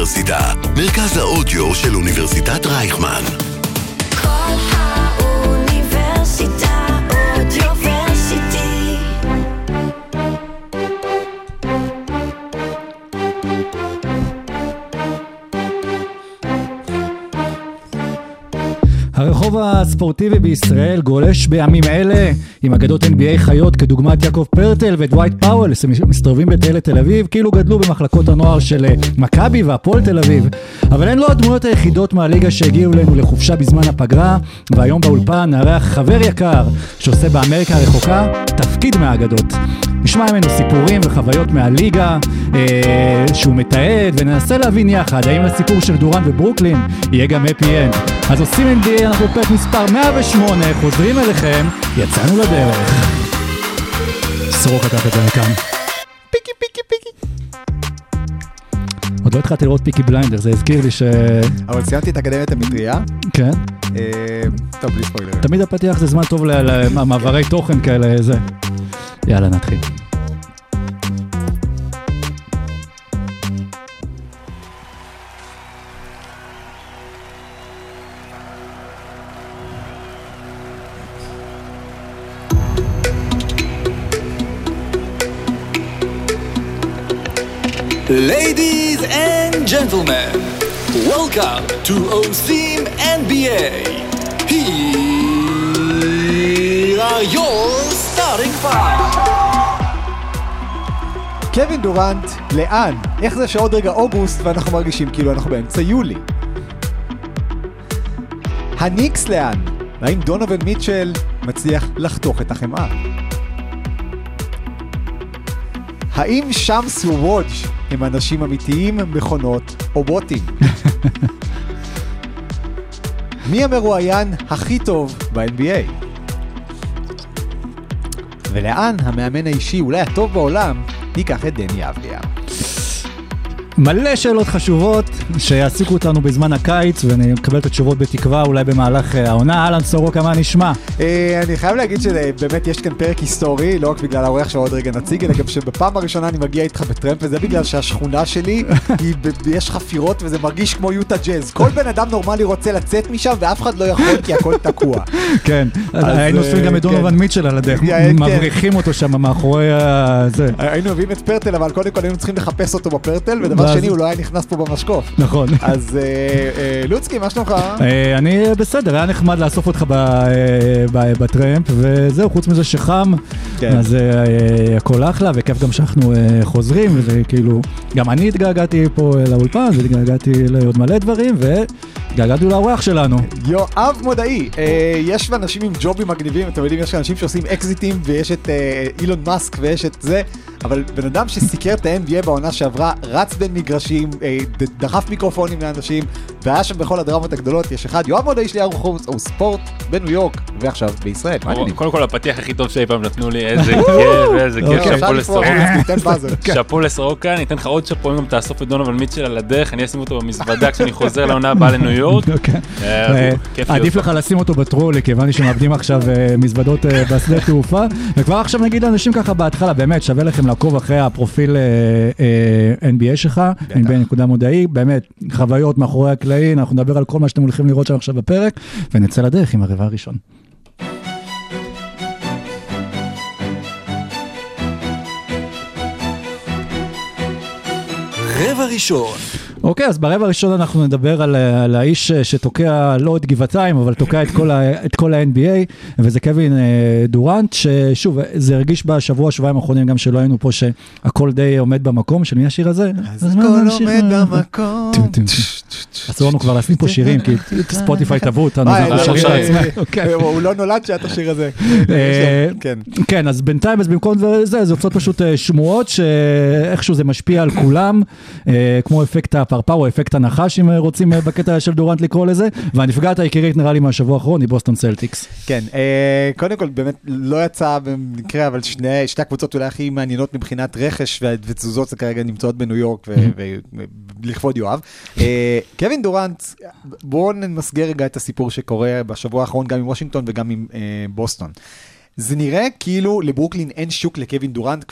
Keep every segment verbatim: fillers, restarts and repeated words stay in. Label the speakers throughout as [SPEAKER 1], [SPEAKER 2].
[SPEAKER 1] האוניברסיטה, מרכז האודיו של אוניברסיטת רייכמן.
[SPEAKER 2] כל האוניברסיטה אודיוורסיטי.
[SPEAKER 3] הרחוב הספורטיבי בישראל גולש בימים אלה עם אגדות אן בי איי חיות כדוגמת יעקב פרטל ודווייט פאוול מסתובבים בטיילת תל אביב כאילו גדלו במחלקות הנוער של מכבי והפועל תל אביב, אבל הן לא הדמויות היחידות מהליגה שהגיעו אלינו לחופשה בזמן הפגרה, והיום באולפן נארח חבר יקר שעושה באמריקה הרחוקה תפקיד מהאגדות. נשמע ממנו סיפורים וחוויות מהליגה אה, שהוא מתעד, וננסה להבין יחד האם לסיפור של דורנט וברוקלין יהיה גם הפי אנד. אז עושים אן בי איי, אנחנו פרק מספר מאה ושמונה, חוזרים אליכם, יצאנו לדרך. סרוק לקח את זה מכאן. פיקי פיקי פיקי. עוד לא התחלתי לראות פיקי בליינדר, זה הזכיר לי ש...
[SPEAKER 4] אבל סיימתי את אקדמיית המטריה.
[SPEAKER 3] כן.
[SPEAKER 4] טוב, בלי ספוילרים.
[SPEAKER 3] תמיד הפתיח זה זמן טוב למעברי תוכן כאלה, זה. יאללה, נתחיל.
[SPEAKER 5] Ladies and gentlemen, welcome to OSIM אן בי איי. Here are your starting five.
[SPEAKER 4] קווין דורנט, לאן? איך זה שעוד רגע אוגוסט ואנחנו מרגישים כאילו אנחנו באמצע יולי? הניקס לאן? האם דונובין מיטשל מצליח לחתוך את החמאה? האם שמס ווודג' הם אנשים אמיתיים, מכונות או בוטים? מי המרואיין הכי טוב ב-אן בי איי? ולאן המאמן האישי אולי הטוב בעולם ניקח את דני אבדיה?
[SPEAKER 3] מלא שאלות חשובות שיעסיקו אותנו בזמן הקיץ, ואני מקבל את התשובות בתקווה אולי במהלך העונה. אהלן סורוקה, מה נשמע?
[SPEAKER 4] אני חייב להגיד שבאמת יש כאן פרק היסטורי, לא רק בגלל האורח שעוד רגע נציג, אלא גם שבפעם הראשונה אני מגיע איתך בטרמפ, וזה בגלל שהשכונה שלי, יש חפירות וזה מרגיש כמו יוטה ג'אז. כל בן אדם נורמלי רוצה לצאת משם, ואף אחד לא יכול כי הכל תקוע.
[SPEAKER 3] כן, היינו עושים גם את דונובין מיטשל על הדרך, מבריחים אותו שם מאחורי זה. היינו
[SPEAKER 4] מביאים את פרטל, אבל קודם כל היינו צריכים לחפש אותו בפרטל, ודבר שני הוא לא היה נכנס פה במשקוף.
[SPEAKER 3] נכון.
[SPEAKER 4] אז לוצקי, מה שלומך?
[SPEAKER 3] אני בסדר, היה נחמד לאסוף אותך בטרמפ, וזהו, חוץ מזה שחם, אז הכל אחלה, וכיף גם שאנחנו חוזרים, וזה כאילו, גם אני התגעגעתי פה לאולפן, והתגעגעתי לעוד מלא דברים, והתגעגעתי לאורח שלנו.
[SPEAKER 4] יואב מודעי, יש אנשים עם ג'ובים מגניבים, אתם יודעים, יש אנשים שעושים אקזיטים, ויש את אילון מאסק, ויש את זה, אבל בן אדם שסיקר את ה-אן בי איי בעונה שעברה, רץ בין מגרשים, דחף מיקרופונים לאנשים, והיה שם בכל הדרמות הגדולות. יש אחד, יואב מודעי שלי ערוך הוא ספורט בניו יורק, ועכשיו בישראל.
[SPEAKER 6] קודם כל הפתיח הכי טוב שאי פעם נתנו לי, איזה כיף, איזה כיף, שאפו לסורוקה. שאפו לסורוקה, ניתן לך עוד שאפו, אם תאסוף את דונובין מיטשל על הדרך, אני אשים אותו במזוודה כשאני חוזר לעונה הבאה לניו יורק.
[SPEAKER 3] עדיף לך לשים אותו בטרולי, כיוון שמאבדים עכשיו מזוודות בשדה תעופה, וכבר עכשיו נגיד לאנשים ככה בהתחלה, באמת שווה לכם לעקוב אחרי הפרופיל אן בי איי שלך, אן בי איי נקודה מודעי, באמת חוויות מאחורי הקלעים, אנחנו נדבר על כל מה שאתם הולכים לראות שם עכשיו בפרק, ונצא לדרך עם הרבע הראשון.
[SPEAKER 5] רבע ראשון.
[SPEAKER 3] אוקיי, אז ברבע הראשון אנחנו נדבר על, על האיש שתוקע לא את גבעתיים, אבל תוקע את כל, ה, את כל ה-אן בי איי, וזה קווין דורנט, ששוב, זה הרגיש בשבוע, שבועיים האחרונים גם שלא היינו פה, שהכל די עומד במקום, של מי השיר הזה?
[SPEAKER 4] אז הכל עומד במקום.
[SPEAKER 3] אסור לנו כבר להסניף פה שירים, כי ספוטיפיי תבעו אותנו,
[SPEAKER 4] הוא לא נולד שאת השיר הזה.
[SPEAKER 3] כן, אז בינתיים, אז במקום זה, זה יוצאות פשוט שמועות, שאיכשהו זה משפיע על כולם, כמו אפקט הפרפר או אפקט הנחש, אם רוצים בקטע של דורנט לקרוא לזה, והנפגעת העיקרית נראה לי מהשבוע האחרון היא בוסטון סלטיקס.
[SPEAKER 4] כן, קודם כל באמת לא יצא במקרה, אבל שני, שתי הקבוצות אולי הכי מעניינות מבחינת רכש ותזוזות זה כרגע נמצאות בניו יורק ולכבוד יואב. קווין דורנט, בואו נמסגר רגע את הסיפור שקורה בשבוע האחרון גם עם וושינגטון וגם עם בוסטון. זה נראה כאילו לברוקלין אין שוק לקווין דורנט כבר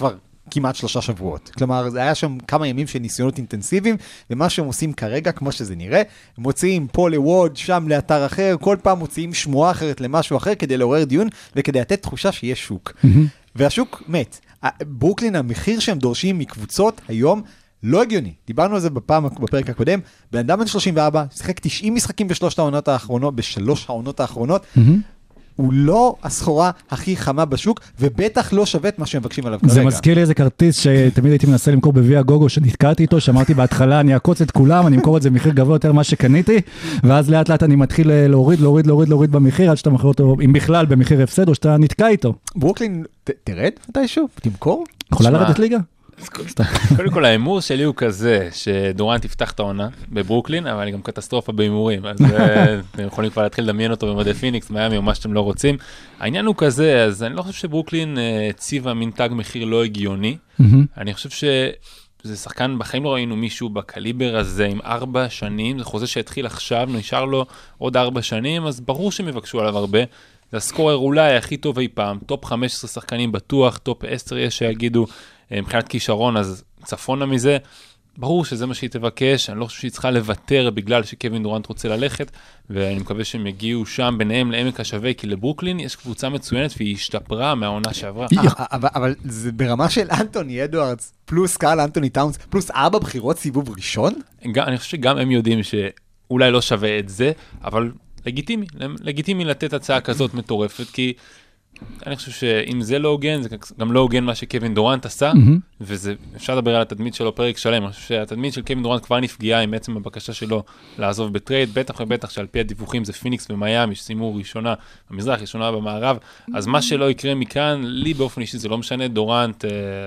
[SPEAKER 4] כמעט שלושה שבועות. כלומר, זה היה שם כמה ימים של ניסיונות אינטנסיביים, ומה שהם עושים כרגע, כמו שזה נראה, הם מוציאים פה לווד, שם לאתר אחר, כל פעם מוציאים שמועה אחרת למשהו אחר, כדי לעורר דיון, וכדי לתת תחושה שיש שוק. והשוק מת. ברוקלין, המחיר שהם דורשים מקבוצות היום, לא הגיוני. דיברנו על זה בפעם, בפרק הקודם, בן אדם בן שלושים וארבע, שיחק תשעים משחקים בשלוש העונות האחרונות, בשלוש העונות האחרונות, הוא לא הסחורה הכי חמה בשוק, ובטח לא שווה את מה שהם מבקשים עליו כרגע.
[SPEAKER 3] זה מזכיר לי איזה כרטיס שתמיד הייתי מנסה למכור בוויה גוגו, שנתקעתי איתו, שאמרתי בהתחלה, אני אעקוץ את כולם, אני אמכור את זה במחיר גבוה יותר מה שקניתי, ואז לאט לאט אני מתחיל להוריד, להוריד, להוריד, להוריד במחיר, עד שאתה מכיר אותו, אם בכלל, במחיר הפסד, או שאתה נתקע איתו.
[SPEAKER 4] ברוקלין, תרד מתישהו, תמכור? יכולה
[SPEAKER 3] לרדת ליגה?
[SPEAKER 6] קודם כל, האימור שלי הוא כזה, שדורנט יפתח את העונה בברוקלין, אבל היא גם קטסטרופה באימורים, אז אתם יכולים כבר להתחיל לדמיין אותו במדי פיניקס, מיאמי או מה שאתם לא רוצים. העניין הוא כזה, אז אני לא חושב שברוקלין הציבה מין תג מחיר לא הגיוני, אני חושב שזה שחקן, בחיים לא ראינו מישהו בקליבר הזה עם ארבע שנים, זה חוזה שהתחיל עכשיו, נשאר לו עוד ארבע שנים, אז ברור שהם יבקשו עליו הרבה, זה הסקורר אולי הכי טוב אי פעם, טופ חמש עשרה שחקנים בטוח, טופ עשר יש שיגידו, מבחינת כישרון, אז צפונה מזה, ברור שזה מה שהיא תבקש, אני לא חושב שהיא צריכה לוותר בגלל שקווין דורנט רוצה ללכת, ואני מקווה שהם יגיעו שם ביניהם לעמק השווה, כי לברוקלין יש קבוצה מצוינת, והיא השתפרה מהעונה שעברה.
[SPEAKER 4] אבל זה ברמה של אנטוני אדוארדס, פלוס קהל אנטוני טאונס, פלוס ארבע בחירות סיבוב ראשון?
[SPEAKER 6] אני חושב שגם הם יודעים שאולי לא שווה את זה, אבל לגיטימי, לגיטימי לתת הצעה כזאת מטורפת, כי אני חושב שאם זה לא הוגן, זה גם לא הוגן מה שקווין דורנט עשה, וזה, אפשר לדבר על התדמית שלו פרק שלם, אני חושב שהתדמית של קווין דורנט כבר נפגעה עם עצם הבקשה שלו לעזוב בטרייד, בטח ובטח שעל פי הדיווחים זה פיניקס ומייאמי, שסיימו ראשונה במזרח, ראשונה במערב, אז מה שלא יקרה מכאן, לי באופן אישי זה לא משנה, דורנט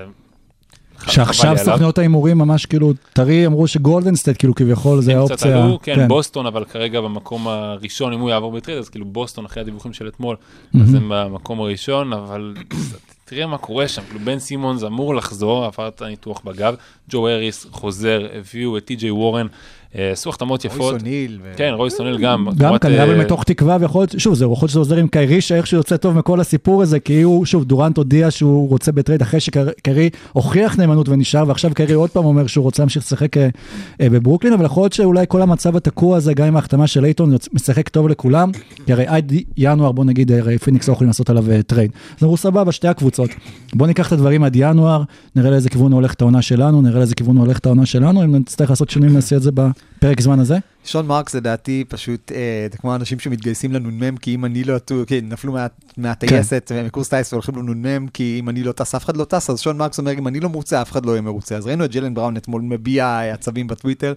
[SPEAKER 3] שעכשיו סוכניות האימורים ממש כאילו, תראי אמרו שגולדן סטייט כאילו כביכול זה האופציה.
[SPEAKER 6] כן, בוסטון, אבל כרגע במקום הראשון, אם הוא יעבור בטרייד, אז כאילו בוסטון אחרי הדיווחים של אתמול, אז הם במקום הראשון, אבל תראה מה קורה שם, כאילו בן סימונס אמור לחזור, עבר את הניתוח בגב, ג'ו הריס חוזר, הביאו את טי ג'יי וורן, עשו החתמות יפות.
[SPEAKER 4] רויס אוניל.
[SPEAKER 6] כן, רויס אוניל גם.
[SPEAKER 3] גם כנראה אבל מתוך תקווה, ויכול, שוב, זה יכול שזה עוזר עם קיירי, שאיך שהוא יוצא טוב מכל הסיפור הזה, כי הוא, שוב, דורנט הודיע שהוא רוצה בטרייד, אחרי שקיירי הוכיח נאמנות ונשאר, ועכשיו קיירי עוד פעם אומר שהוא רוצה להמשיך לשחק בברוקלין, אבל יכול להיות שאולי כל המצב התקוע הזה, גם עם ההחתמה של אייטון, משחק טוב לכולם, כי הרי עד ינואר, בוא נגיד, הרי פיניקס לא יכולים לעשות עליו טרייד. אז נראו סבבה, שתי הקבוצות. בוא ניקח את הדברים עד ינואר, נראה לאיזה כיוון הולך את העונה שלנו, נראה לאיזה כיוון הולך את העונה שלנו, אם נצטרך לעשות שינויים, נעשה את זה בפרק זמן הזה.
[SPEAKER 4] שון מרקס, לדעתי, פשוט, זה כמו אנשים שמתגייסים לנונמם, כי אם אני לא, כן, נפלו מהטייסת, מקורס טייס, והולכים לנונמם, כי אם אני לא טס, אף אחד לא טס, אז שון מרקס אומר, אם אני לא מרוצה, אף אחד לא יהיה מרוצה. אז ראינו את ג'לן בראון אתמול מביע עצבים בטוויטר,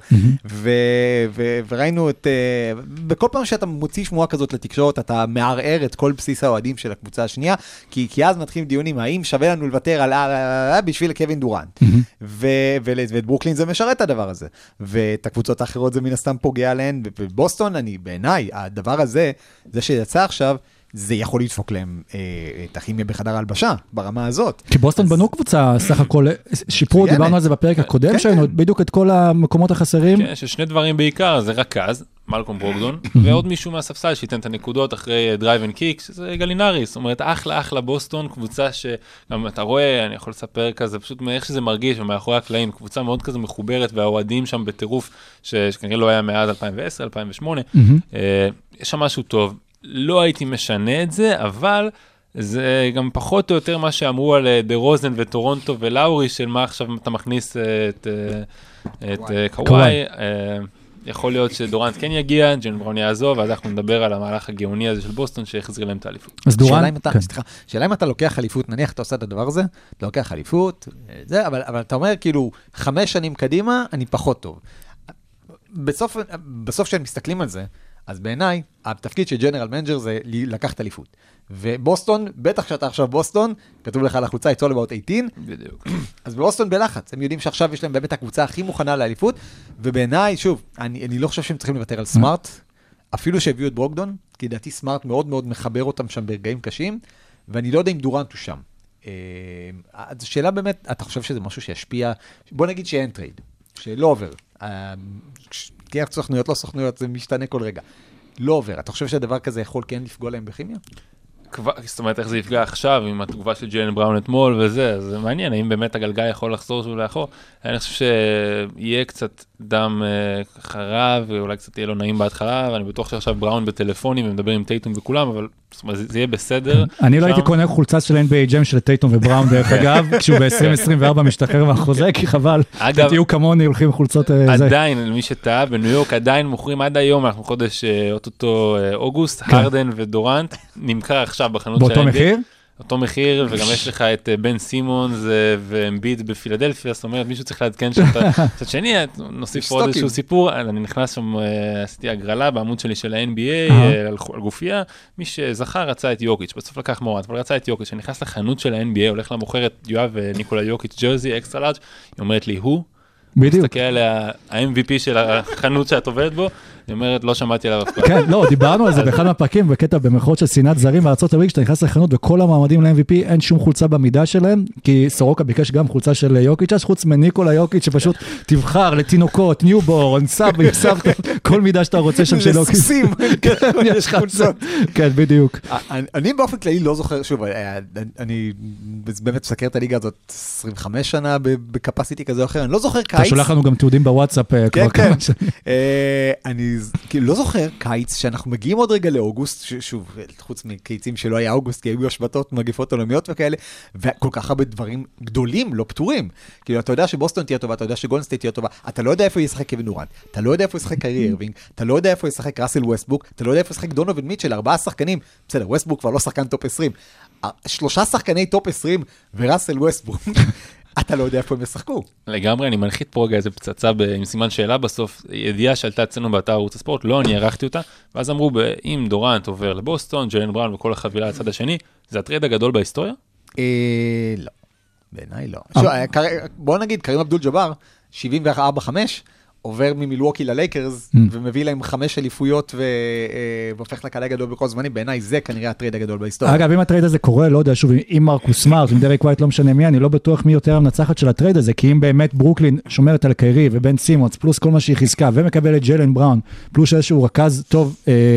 [SPEAKER 4] וראינו את, בכל פעם שאתה מוציא שמועה כזאת לתקשורת, אתה מערער את כל בסיס האוהדים של הקבוצה השנייה, כי אז מתחילים דיונים, האם שווה לנו לוותר על בשביל קווין דורנט. ואת ברוקלין זה משרת הדבר הזה. ואת הקבוצות האחרות זה מן הסתם פוגע עליהן, ובבוסטון, אני, בעיניי, הדבר הזה, זה שיצא עכשיו, זה יכול לדפוק להם אה, את הכימיה בחדר ההלבשה, ברמה הזאת.
[SPEAKER 3] כי בוסטון אז... בנו קבוצה, סך הכל, שיפרו, דיברנו על זה בפרק הקודם כן, שלנו, כן. בדיוק את כל המקומות החסרים.
[SPEAKER 6] כן, ששני דברים בעיקר, זה רכז, מלקום ברוגדון, ועוד מישהו מהספסל שייתן את הנקודות אחרי דרייב אנד קיק, שזה גלינרי, זאת אומרת, אחלה, אחלה בוסטון, קבוצה שגם אתה רואה, אני יכול לספר כזה, פשוט מאיך שזה מרגיש, ומאחורי הקלעים, קבוצה מאוד כזה מחוברת, והאוהדים שם בטירוף, שכנראה לא היה מאז אלפיים ועשר אלפיים ושמונה, יש שם משהו טוב. לא הייתי משנה את זה, אבל זה גם פחות או יותר מה שאמרו על דה רוזן וטורונטו ולאורי, של מה עכשיו אתה מכניס את, את קוואי. יכול להיות שדורנט כן יגיע, ג'יילן בראון יעזוב, ואז אנחנו נדבר על המהלך הגאוני הזה של בוסטון, שיחזיר להם את האליפות.
[SPEAKER 3] אז דורנט,
[SPEAKER 4] שאלה אם אתה לוקח אליפות, נניח אתה עושה את הדבר הזה, אתה לוקח אליפות, זה, אבל, אבל אתה אומר כאילו, חמש שנים קדימה, אני פחות טוב. בסוף, בסוף כשהם מסתכלים על זה, אז בעיניי, התפקיד של ג'נרל מנג'ר זה לקחת אליפות. ובוסטון, בטח שאתה עכשיו בוסטון, כתוב לך על החולצה, it's all about שמונה עשרה.
[SPEAKER 6] בדיוק.
[SPEAKER 4] אז בבוסטון בלחץ, הם יודעים שעכשיו יש להם באמת הקבוצה הכי מוכנה לאליפות, ובעיניי, שוב, אני, אני לא חושב שהם צריכים לוותר על סמארט, אפילו שהביאו את ברוקדון, כי דעתי סמארט מאוד מאוד מחבר אותם שם ברגעים קשים, ואני לא יודע אם דורנט הוא שם. אז השאלה באמת, אתה חושב שזה משהו שישפיע, בוא נגיד שאין טרייד, שלא עובר. תהיה סוכנויות, לא סוכנויות, זה משתנה כל רגע. לא עובר. אתה חושב שהדבר כזה יכול כן לפגוע להם בכימיה?
[SPEAKER 6] זאת אומרת, איך זה יפגע עכשיו עם התגובה של ג'יילן בראון אתמול וזה, אז זה מעניין, האם באמת הגלגל יכול לחזור שוב לאחור. אני חושב שיהיה קצת דם חרב, ואולי קצת יהיה לו נעים בהתחלה, ואני בטוח שעכשיו בראון בטלפונים, ומדבר עם טייטום וכולם, אבל זאת אומרת, זה יהיה בסדר.
[SPEAKER 3] אני לא הייתי קונה חולצה של אן בי איי ג'ם של טייטום ובראון, דרך אגב, כשהוא ב-עשרים עשרים וארבע משתחרר מהחוזה, כי חבל, תהיו כמוני, הולכים חולצות...
[SPEAKER 6] עדיין, מי שטעה, בניו יורק עדיין מוכרים עד היום, אנחנו חודש אוטוטו אוגוסט, הרדן ודורנט, נמכר עכשיו בחנות
[SPEAKER 3] באותו מחיר?
[SPEAKER 6] אותו מחיר, וגם יש לך את בן סימונס ואמביד בפילדלפיה, זאת אומרת, מישהו צריך לעדכן שאתה... קצת שני, נוסיף עוד איזשהו סיפור, אני נכנס שם, עשיתי הגרלה בעמוד שלי של ה-אן בי איי, על גופייה, מי שזכר רצה את יוקיץ', בסוף לקח מורט, אבל רצה את יוקיץ', שנכנס לחנות של ה-אן בי איי, הולך למוכרת יואב וניקולה יוקיץ' ג'רזי, אקסטרה לארג', היא אומרת לי, הוא, מסתכל עליה, ה-אם וי פי של החנות שאת עובדת בו, היא אומרת, לא שמעתי עליו אף פעם.
[SPEAKER 3] כן, לא, דיברנו על זה באחד מהפרקים, בקטע במחאות של שנאת זרים בארצות הברית, שאתה נכנס לחנות וכל המעמדים ל-אם וי פי, אין שום חולצה במידה שלהם, כי סורוקה ביקש גם חולצה של יוקיץ', אז חוץ מניקולה יוקיץ', שפשוט תבחר לתינוקות, ניובורן, סבא, סבתא, כל מידה שאתה רוצה שם של יוקיץ'.
[SPEAKER 4] לסוסים, יש חולצות.
[SPEAKER 3] כן, בדיוק.
[SPEAKER 4] אני באופן כללי לא זוכר, שוב, אני באמת מסקר את הליגה הזאת עשרים וחמש שנה בקפסיטי כזה או אחר, אני לא זוכר קיץ.
[SPEAKER 3] אתה שולח לנו גם תיעודים בוואטסאפ כבר כמה שנים.
[SPEAKER 4] אני לא זוכר קיץ שאנחנו מגיעים עוד רגע לאוגוסט, שוב, חוץ מקיצים שלא היה אוגוסט, כי היו השבתות, מגפות עולמיות וכאלה, וכל כך הרבה דברים גדולים, לא פתורים. כאילו, אתה יודע שבוסטון תהיה טובה, אתה יודע שגולדן סטייט תהיה טובה, אתה לא יודע איפה ישחק קווין דורנט, אתה לא יודע איפה ישחק קיירי ארווינג, אתה לא יודע איפה ישחק ראסל ווסטברוק, אתה לא יודע איפה ישחק דונובין מיטשל, ארבעה שחקנים, בסדר, ווסטברוק כבר לא שחקן טופ עשרים, שלושה שחקני טופ עשרים וראסל ווסטברוק, אתה לא יודע איפה הם ישחקו.
[SPEAKER 6] לגמרי, אני מנחית פה רגע איזה פצצה עם סימן שאלה בסוף, ידיעה שעלתה אצלנו באתר ערוץ הספורט, לא, אני ערכתי אותה, ואז אמרו, אם דורנט עובר לבוסטון, ג'יילן בראון וכל החבילה לצד השני, זה הטרייד הגדול בהיסטוריה?
[SPEAKER 4] לא, בעיניי לא. בוא נגיד, קרים אבדול ג'אבר, שבעים וארבע חמש, עובר ממילווקי ללייקרס, ומביא להם חמש אליפויות, והופך לקהל הגדול בכל זמנים, בעיניי זה כנראה הטרייד הגדול בהיסטוריה.
[SPEAKER 3] אגב, אם הטרייד הזה קורה, לא יודע, שוב, אם מרקוס סמארט, אם דרק ווייט לא משנה מי, אני לא בטוח מי יותר המנצחת של הטרייד הזה, כי אם באמת ברוקלין שומרת על קיירי ובן סימונס, פלוס כל מה שהיא חיזקה, ומקבל את ג'יילן בראון, פלוס איזשהו רכז טוב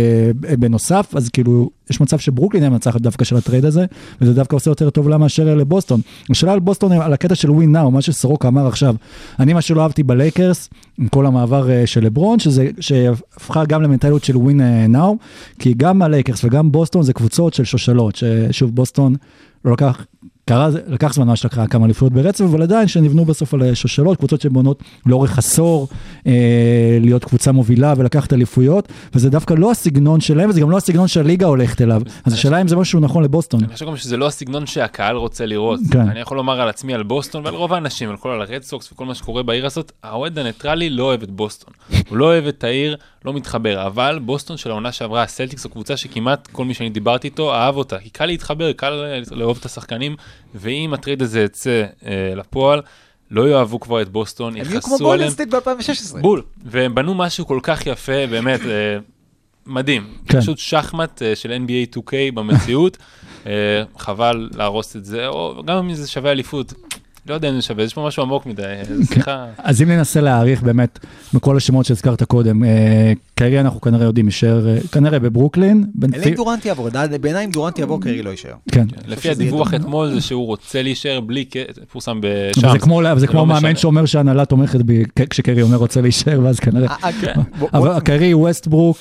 [SPEAKER 3] בנוסף, אז כאילו, יש מצב שברוקלין הם מנצחת דווקא של הטרייד הזה, וזה דווקא עושה יותר טוב למה מאשר לבוסטון. השאלה על בוסטון, על הקטע של ווין נאו, מה שסורוקה אמר עכשיו, אני מה שלא אהבתי בלייקרס, עם כל המעבר של לברון, שזה, שהפכה גם למנטליות של ווין נאו, כי גם הלייקרס וגם בוסטון זה קבוצות של שושלות, ששוב בוסטון לא לקח, קרה, לקח זמן ממש לקחה כמה אליפויות ברצף, אבל עדיין שנבנו בסוף על שושלות, קבוצות שבונות לאורך עשור, אה, להיות קבוצה מובילה ולקחת אליפויות, וזה דווקא לא הסגנון שלהם, וזה גם לא הסגנון שהליגה הולכת אליו. אז השאלה אם זה משהו נכון לבוסטון.
[SPEAKER 6] אני חושב גם שזה לא הסגנון שהקהל רוצה לראות. אני יכול לומר על עצמי על בוסטון, ועל רוב האנשים, על כל על הרד סוקס וכל מה שקורה בעיר הזאת, האוהד הניטרלי לא אוהב את בוסטון. הוא לא אוהב את העיר, לא מתחבר, אבל בוסטון של העונה שעברה, הסלטיקס, הקבוצה שכמעט כל מי שאני דיברתי איתו, אהב אותה. כי קל להתחבר, קל לאהוב את השחקנים, ואם הטרייד הזה יצא אה, לפועל, לא יאהבו כבר את בוסטון,
[SPEAKER 4] הם יהיו כמו גולדן סטייט ב-אלפיים ושש עשרה.
[SPEAKER 6] בול, והם בנו משהו כל כך יפה, באמת, אה, מדהים. כן. פשוט שחמט אה, של אן בי איי טו קיי במציאות, אה, חבל להרוס את זה, או גם אם זה שווה אליפות. לא יודע אם זה שווה, יש פה משהו עמוק מדי, סליחה.
[SPEAKER 3] אז אם ננסה להעריך באמת, מכל השמות שהזכרת קודם, קיירי אנחנו כנראה יודעים, יישאר כנראה בברוקלין.
[SPEAKER 4] אלא אם דורנט יעבור, בעיניי אם דורנט יעבור, קיירי לא יישאר.
[SPEAKER 3] כן.
[SPEAKER 6] לפי הדיווח אתמול זה שהוא רוצה להישאר בלי, פורסם בשם.
[SPEAKER 3] זה כמו מאמן שאומר שהנהלה תומכת בי, כשקיירי אומר רוצה להישאר, ואז כנראה. אבל קיירי, ווסטברוק,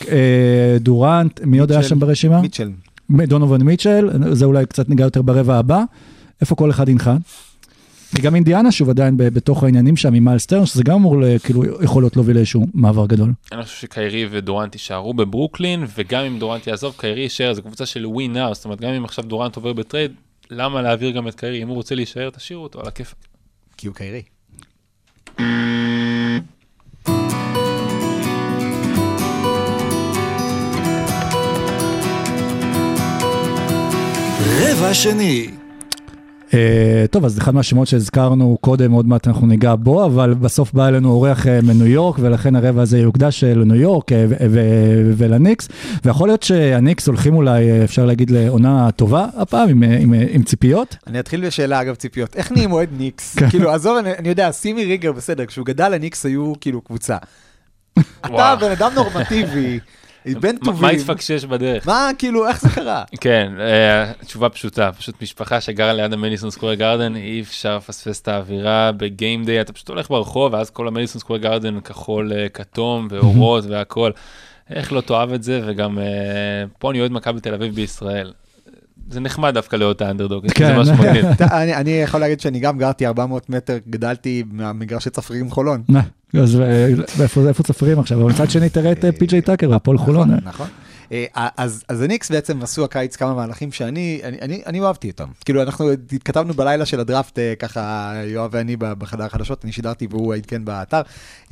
[SPEAKER 3] דורנט, מי עוד היה שם ברשימה?
[SPEAKER 4] מיטשל.
[SPEAKER 3] דונובין מיטשל, זה אולי קצת ניגע יותר ברבע הבא. איפה כל אחד ינחת? וגם אינדיאנה שוב עדיין בתוך העניינים שם עם מיילס טרנר, שזה גם אמור כאילו יכול להיות להוביל לאיזשהו מעבר גדול.
[SPEAKER 6] אני חושב שקיירי ודורנט יישארו בברוקלין, וגם אם דורנט יעזוב, קיירי יישאר, זו קבוצה של ווין נאו, זאת אומרת גם אם עכשיו דורנט עובר בטרייד, למה להעביר גם את קיירי? אם הוא רוצה להישאר, תשאירו אותו על הכיף.
[SPEAKER 4] כי הוא קיירי.
[SPEAKER 5] רבע שני.
[SPEAKER 3] Uh, טוב, אז אחד מהשמות שהזכרנו קודם, עוד מעט אנחנו ניגע בו, אבל בסוף בא אלינו אורח uh, מניו יורק, ולכן הרבע הזה יוקדש לניו יורק uh, ולניקס, ויכול להיות שהניקס הולכים אולי, אפשר להגיד, לעונה טובה הפעם, עם, עם, עם ציפיות?
[SPEAKER 4] אני אתחיל בשאלה, אגב, ציפיות. איך נהיים אוהד ניקס? כאילו, עזוב, אני, אני יודע, סימי ריגר בסדר, כשהוא גדל, הניקס היו כאילו קבוצה. אתה בן אדם נורמטיבי, בן טובים.
[SPEAKER 6] מה התפקשש בדרך?
[SPEAKER 4] מה, כאילו, איך זה קרה?
[SPEAKER 6] כן, תשובה פשוטה, פשוט משפחה שגרה ליד המדיסון סקוור גארדן, אי אפשר לפספס את האווירה בגיים דיי, אתה פשוט הולך ברחוב, ואז כל המדיסון סקוור גארדן כחול, כתום ואורות והכל. איך לא תאהב את זה, וגם פה אני אוהד מכבי תל אביב בישראל. זה נחמד דווקא להיות האנדרדוג, זה משהו מגניב.
[SPEAKER 4] אני יכול להגיד שאני גם גרתי ארבע מאות מטר, גדלתי מהמגרשי צפרירים חולון.
[SPEAKER 3] אז איפה צפרירים עכשיו? אבל מצד שני תראה את פי ג'יי טאקר, הפועל חולון.
[SPEAKER 4] נכון. אז הניקס בעצם עשו הקיץ כמה מהלכים שאני, אני, אני אוהבתי אותם. כאילו אנחנו התכתבנו בלילה של הדראפט, ככה יואב ואני בחדר החדשות, אני שידרתי והוא העדכן באתר,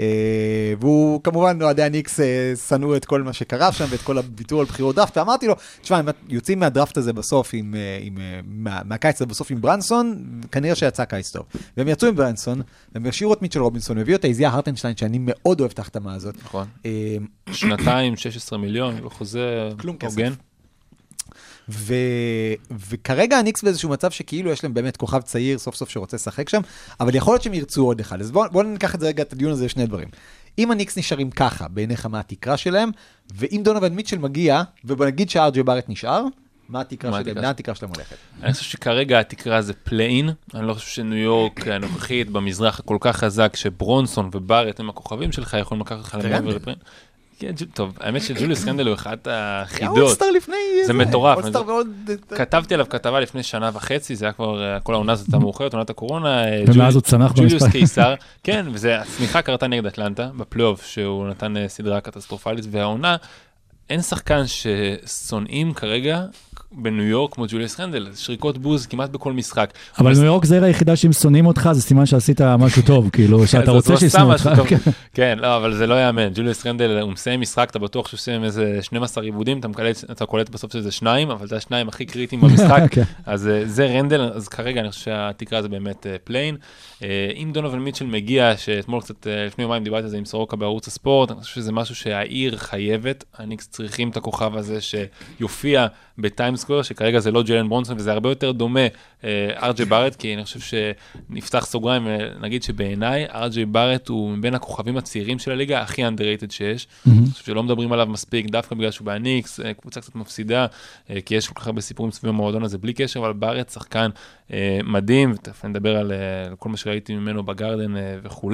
[SPEAKER 4] והוא כמובן, אוהדי הניקס שנאו את כל מה שקרה שם, ואת כל הביטור על בחירות דראפט, ואמרתי לו, תשמע, אם יוצאים מהדראפט הזה בסוף, עם, עם, מה, מהקיץ הזה בסוף עם ברנסון, כנראה שיצא קיץ טוב. והם יצאו עם ברנסון, והם השאירו את מיטשל רובינסון, והביאו את איזיה הרטנשטיין, שאני מאוד אוהב את ההחתמה הזאת.
[SPEAKER 6] נכון. שנתיים, שש עשרה מיליון, וחוזה
[SPEAKER 4] כלום
[SPEAKER 6] הוגן.
[SPEAKER 4] כסף. ו... וכרגע הניקס באיזשהו מצב שכאילו יש להם באמת כוכב צעיר סוף סוף שרוצה לשחק שם, אבל יכול להיות שהם ירצו עוד אחד. אז בואו בוא ניקח את זה רגע, את הדיון הזה לשני דברים. אם הניקס נשארים ככה, בעיניך מה התקרה שלהם, ואם דונובל מיטשל מגיע, ובוא נגיד שאר ג'י בארט נשאר, מה התקרה שלהם? מה התקרה שלהם הולכת?
[SPEAKER 6] אני חושב שכרגע התקרה זה פליין, אני לא חושב שניו יורק הנוכחית במזרח כל כך חזק, שברונסון ובארט הם הכוכבים שלך, יכולים לקחת לך למעבר לפליין. טוב, האמת שג'וליוס רנדל הוא אחת החידות.
[SPEAKER 4] אולסטאר לפני...
[SPEAKER 6] זה מטורף.
[SPEAKER 4] אולסטאר ועוד...
[SPEAKER 6] כתבתי עליו כתבה לפני שנה וחצי, זה היה כבר, כל העונה הזאת הייתה מאוחרת, עונת הקורונה.
[SPEAKER 3] ומאז הוא צנח במספר.
[SPEAKER 6] ג'וליוס קיסר, כן, והצמיחה קרתה נגד אטלנטה, בפלייאוף, שהוא נתן סדרה קטסטרופלית, והעונה, אין שחקן ששונאים כרגע בניו יורק כמו ג'וליוס רנדל, שריקות בוז כמעט בכל משחק.
[SPEAKER 3] אבל ניו יורק זה היחידה שהם שונאים אותך, זה סימן שעשית משהו טוב, כאילו, שאתה רוצה שישנאו אותך.
[SPEAKER 6] כן, לא, אבל זה לא יאמן. ג'וליוס רנדל, הוא מסיים משחק, אתה בטוח שהוא מסיים איזה שנים עשר עיבודים, אתה קולט בסוף שזה שניים, אבל זה השניים הכי קריטיים במשחק. אז זה רנדל, אז כרגע אני חושב שהתקרה זה באמת פליין. אם דונובל מיטשל מגיע, שאתמול קצת לפני יומיים דיברתי על זה עם סורוקה בערוץ הספורט, אני חושב שזה משהו שהעיר חייבת, הניקס צריכים את הכוכב הזה שיופיע בטיים סקוור, שכרגע זה לא ג'יילן ברונסון, וזה הרבה יותר דומה אר ג'יי בארט, כי אני חושב שנפתח סוגריים, ונגיד שבעיניי, אר ג'יי בארט הוא מבין הכוכבים הצעירים של הליגה, הכי underrated שיש. אני חושב שלא מדברים עליו מספיק, דווקא בגלל שהוא בהניקס, קבוצה קצת מפסידה, כי יש כל כך הרבה סיפורים סביב המועדון הזה בלי קשר, אבל בארט שחקן מדהים, ותכף נדבר על כל מה שראיתי ממנו בגרדן וכו'.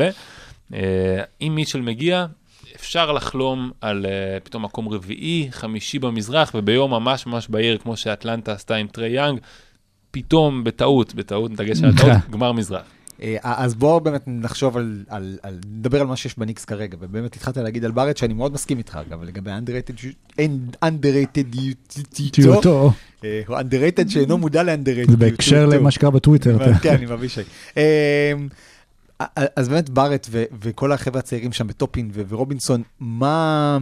[SPEAKER 6] אם מיטשל מגיע, אפשר לחלום על uh, פתאום מקום רביעי, חמישי במזרח, וביום ממש ממש בעיר, כמו שאטלנטה עשתה עם טרי יאנג, פתאום בטעות, בטעות, נתגש על הטעות, גמר מזרח.
[SPEAKER 4] אז בואו באמת נחשוב על, על, על, נדבר על מה שיש בניקס כרגע, ובאמת התחלתי להגיד על בארט, שאני מאוד מסכים איתך, אגב, לגבי underrated טיוטו, הוא underrated שאינו מודע ל-underrated.
[SPEAKER 3] זה בהקשר למה שקרה בטוויטר.
[SPEAKER 4] כן, עם אבישי. אז באמת בארט ו- וכל החבר'ה הצעירים שם בטופין ו- ורובינסון, מה...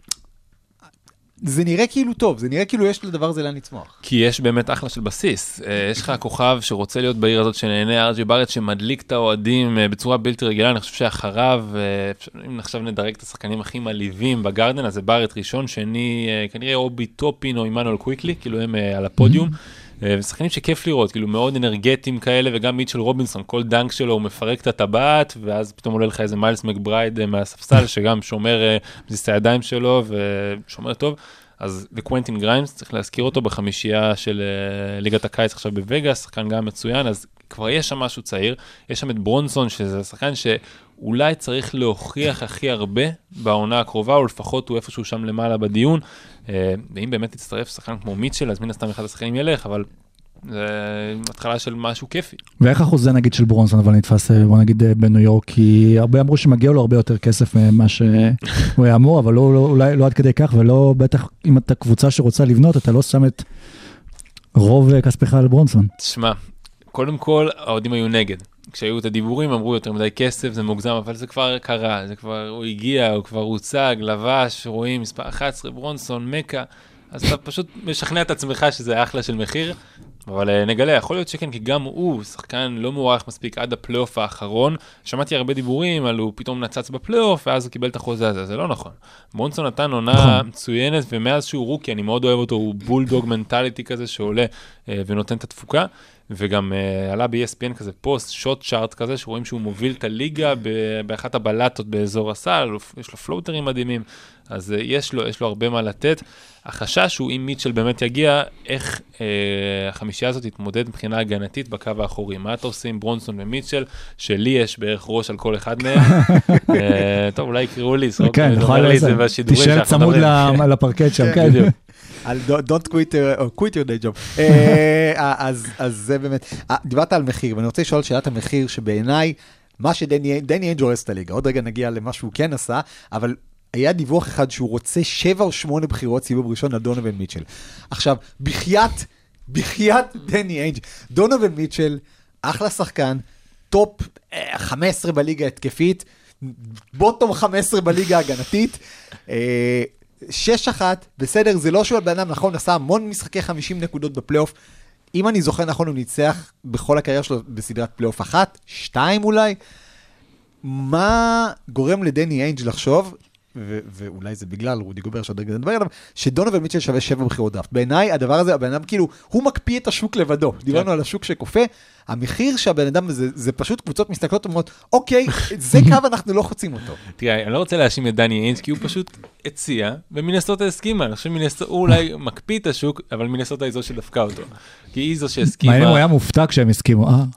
[SPEAKER 4] זה נראה כאילו טוב, זה נראה כאילו יש לדבר הזה לאן לצמוח.
[SPEAKER 6] כי יש באמת אחלה של בסיס. יש לך כוכב שרוצה להיות בעיר הזאת שנהנה, אר ג'יי בארט שמדליק את האוהדים בצורה בלתי רגילה. אני חושב שאחריו, אם עכשיו נדרג את השחקנים הכי מלהיבים בגרדן, אז זה בארט ראשון, שני, כנראה אובי טופין או אימנואל קוויקלי, כאילו הם על הפודיום. ושחקנים שכיף לראות, כאילו מאוד אנרגטיים כאלה, וגם מיטשל רובינסון, כל דנק שלו הוא מפרק את הטבעת, ואז פתאום עולה לך איזה מיילס מקברייד מהספסל, שגם שומר מזיז הידיים שלו, ושומר טוב. אז וקוונטין גריימס, צריך להזכיר אותו בחמישייה של ליגת הקיץ עכשיו בווגאס, שחקן גם מצוין, אז כבר יש שם משהו צעיר, יש שם את ברונסון, שזה שחקן שאולי צריך להוכיח הכי הרבה בעונה הקרובה, או לפחות הוא איפשהו שם למעלה בדיון, ואם באמת תצטרף שחקן כמו מיטשל, אז מן הסתם אחד השחקנים ילך, אבל זה התחלה של משהו כיפי.
[SPEAKER 3] ואיך אחוז זה נגיד של ברונסון, אבל נתפס, בוא נגיד בניו יורק, כי הרבה אמרו שמגיע לו הרבה יותר כסף ממה שהוא אמור, אבל לא, אולי לא עד כדי כך, ולא בטח אם אתה קבוצה שרוצה לבנות, אתה לא שם את רוב כספך על ברונסון.
[SPEAKER 6] תשמע, קודם כל, האוהדים היו נגד. כשהיו את הדיבורים, אמרו יותר מדי כסף, זה מוגזם, אבל זה כבר קרה, זה כבר, הוא הגיע, הוא כבר הוצג, לבש, רואים, מספר אחת עשרה, ברונסון, מקה, אז אתה פשוט משכנע את עצמך שזה אחלה של מחיר, אבל נגלה, יכול להיות שכן, כי גם הוא שחקן לא מוערך מספיק עד הפלייאוף האחרון, שמעתי הרבה דיבורים על הוא פתאום נצץ בפלייאוף, ואז הוא קיבל את החוזה הזה, זה לא נכון. ברונסון נתן עונה מצוינת, ומאז שהוא רוקי, אני מאוד אוהב אותו, הוא בולדוג מנטליטי כזה שעולה ונותן את התפוקה, וגם uh, עלה ב-E S P N כזה פוסט, שוט צ'ארט כזה, שרואים שהוא מוביל את הליגה ב- באחת הבלטות באזור הסל, יש לו פלוטרים מדהימים, אז uh, יש לו, יש לו הרבה מה לתת. החשש הוא אם מיטשל באמת יגיע, איך uh, החמישייה הזאת תתמודד מבחינה הגנתית בקו האחורי. מה אתה עושה עם ברונסון ומיטשל, שלי יש בערך ראש על כל אחד מהם. uh, טוב, אולי יקראו לי, סרוק,
[SPEAKER 3] כן,
[SPEAKER 6] אומר לי את זה בשידורים.
[SPEAKER 3] תישאר צמוד לפרקט שם, כן.
[SPEAKER 4] על don't quit or quit your day job. אז זה באמת, דיברת על מחיר, ואני רוצה לשאול שאלת המחיר שבעיניי, מה שדני איינג' הורס את הליגה, עוד רגע נגיע למה שהוא כן עשה, אבל היה דיווח אחד שהוא רוצה שבע או שמונה בחירות סיבוב ראשון על דונובין מיטשל. עכשיו, בחייאת, בחייאת דני איינג', דונובין מיטשל, אחלה שחקן, טופ חמש עשרה בליגה התקפית, בוטום חמש עשרה בליגה הגנתית, שש אחת, בסדר, זה לא שהוא על בן אדם, נכון, עשה המון משחקי חמישים נקודות בפלייאוף, אם אני זוכר נכון, הוא ניצח בכל הקריירה שלו בסדרת פלייאוף אחת, שתיים אולי, מה גורם לדני איינג' לחשוב, ו- ואולי זה בגלל רודי גובר שעוד רגע נדבר עליו, שדונובין מיטשל שווה שבע בחירות דראפט. בעיניי הדבר הזה, הבן אדם כאילו, הוא מקפיא את השוק לבדו. דיברנו על השוק שקופה, המחיר שהבן אדם הזה, זה פשוט קבוצות מסתכלות ואומרות, אוקיי, זה קו אנחנו לא חוצים אותו.
[SPEAKER 6] תראה, אני לא רוצה להאשים את דני איינג' כי הוא פשוט הציע, ומינסוטה הסכימה. אני חושב מינסוטה, הוא אולי מקפיא את השוק, אבל מינסוטה היא זו שדפקה אותו. כי היא זו שהסכימה.
[SPEAKER 3] מעניין הוא היה מופתע כשהם הסכימו, אה?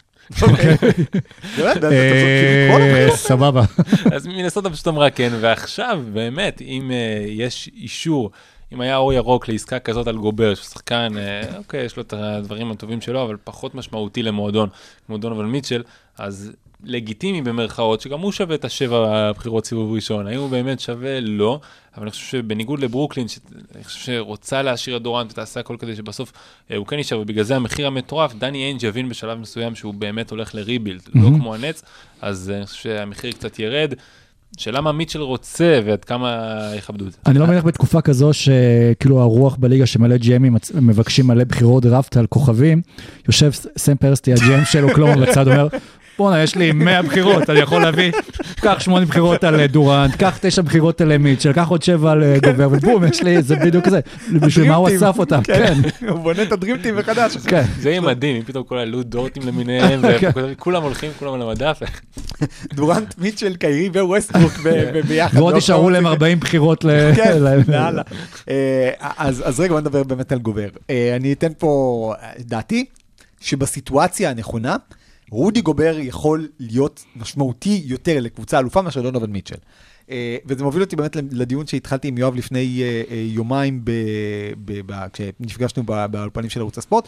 [SPEAKER 3] סבבה.
[SPEAKER 6] אז מינסוטה פשוט אמרה כן, ועכשיו באמת, אם יש אישור, אם היה אור ירוק לעסקה כזאת על גובר, ששחקן, אוקיי, יש לו את הדברים הטובים שלו, אבל פחות משמעותי למועדון, כמו דונובין מיטשל, אז לגיטימי במרכאות, שגם הוא שווה את השבע הבחירות סיבוב ראשון. האם הוא באמת שווה? לא. אבל אני חושב שבניגוד לברוקלין, אני חושב שרוצה להשאיר את דורנט ותעשה הכל כדי שבסוף הוא כן יישאר, ובגלל זה המחיר המטורף, דני איינג' יבין בשלב מסוים שהוא באמת הולך לריבילד, לא כמו הנץ, אז אני חושב שהמחיר קצת ירד. שאלה מה מיטשל רוצה ועד כמה יכבדו את זה.
[SPEAKER 3] אני לא מניח בתקופה כזו שכאילו הרוח בליגה שמלא ג'י-אמים מבקשים מלא בחירות דראפט על כוכבים, יושב סם פרסטי, הג'י אם שלו קלומה בצד, אומר, בוא'נה, יש לי מאה בחירות, אני יכול להביא, קח שמונה בחירות על דורנט, קח תשע בחירות על מיטשל, קח עוד שבע על גובר, ובום, יש לי, זה בדיוק זה. בשביל מה הוא אסף אותם? כן.
[SPEAKER 4] הוא בונה את הדרימטים מחדש.
[SPEAKER 3] כן.
[SPEAKER 6] זה יהיה מדהים, אם פתאום כל הלוט דורטים למיניהם, וכולם הולכים, כולם על המדף.
[SPEAKER 4] דורנט, מיטשל, קיירי וווסטברוק ביחד.
[SPEAKER 3] ועוד ישארו להם ארבעים בחירות
[SPEAKER 4] לאללה. אז רגע, בוא נדבר באמת על גובר. אני אתן פה דעתי, שבסיטואציה הנכונה, רודי גובר יכול להיות משמעותי יותר לקבוצה אלופה מאשר דונובין מיטשל. וזה מוביל אותי באמת לדיון שהתחלתי עם יואב לפני יומיים כשנפגשנו באולפנים של ערוץ הספורט,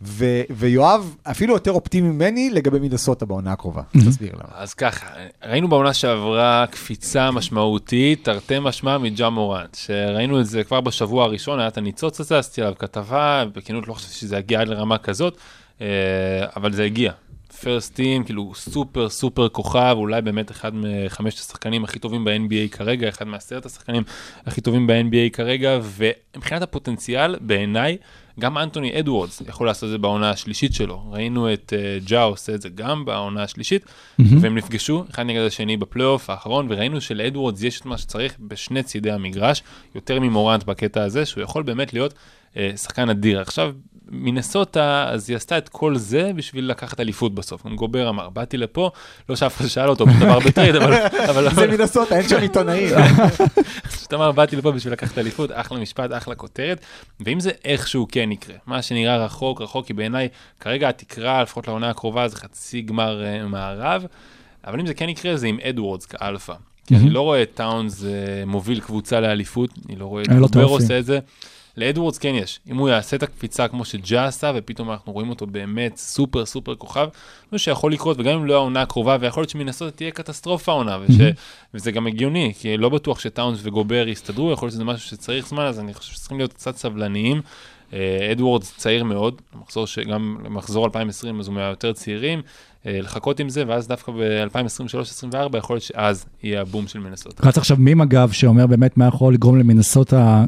[SPEAKER 4] ויואב אפילו יותר אופטימי ממני לגבי מינסוטה בעונה הקרובה. תסביר למה.
[SPEAKER 6] אז ככה, ראינו בעונה שעברה קפיצה משמעותית, תרתי משמע מג'ה מורנט, שראינו את זה כבר בשבוע הראשון, היה את הניצוץ הזה, עשיתי עליו כתבה, בכנות לא חשבתי שזה יגיע עד לרמה כזאת, אבל זה הגיע. פרסט טים, כאילו סופר סופר כוכב, אולי באמת אחד מחמשת השחקנים הכי טובים ב-אן בי איי כרגע, אחד מעשרת השחקנים הכי טובים ב-אן בי איי כרגע, ומבחינת הפוטנציאל, בעיניי, גם אנטוני אדוורדס יכול לעשות את זה בעונה השלישית שלו. ראינו את uh, ג'ה עושה את זה גם בעונה השלישית, mm-hmm. והם נפגשו אחד נגד השני בפלייאוף האחרון, וראינו שלאדוורדס יש את מה שצריך בשני צידי המגרש, יותר ממורנט בקטע הזה, שהוא יכול באמת להיות uh, שחקן אדיר. עכשיו, מינסוטה, אז היא עשתה את כל זה בשביל לקחת אליפות בסוף. גם גובר אמר, באתי לפה, לא שאף אחד שאל אותו, דבר בטריד, אבל...
[SPEAKER 4] זה מינסוטה, אין שם עיתונאים.
[SPEAKER 6] זאת אומרת, באתי לפה בשביל לקחת אליפות, אחלה משפט, אחלה כותרת, ואם זה איכשהו כן יקרה, מה שנראה רחוק, רחוק, כי בעיניי, כרגע התקרה, לפחות לעונה הקרובה, זה חצי גמר מערב, אבל אם זה כן יקרה, זה עם אדוורדס כאלפא. כי אני לא רואה את טאונס מוביל קבוצה לאליפות, אני לא רואה את גובר עושה את זה. לאדוורדס כן יש, אם הוא יעשה את הקפיצה כמו שג'ה עשה, ופתאום אנחנו רואים אותו באמת סופר סופר כוכב, זה שיכול לקרות, וגם אם לא העונה הקרובה, ויכול להיות שמינסוטה תהיה קטסטרופה העונה, וש... וזה גם הגיוני, כי לא בטוח שטאונס וגובר יסתדרו, יכול להיות שזה משהו שצריך זמן, אז אני חושב שצריכים להיות קצת סבלניים. אדוורדס צעיר מאוד, מחזור שגם למחזור אלפיים עשרים, אז הוא מהיותר צעירים, לחכות עם זה, ואז דווקא ב-אלפיים עשרים ושלוש עשרים וארבע יכול להיות שאז יהיה הבום של מינסוטה.
[SPEAKER 3] רץ עכשיו מים אגב, שאומר באמת מה יכול לגרום למינסוטה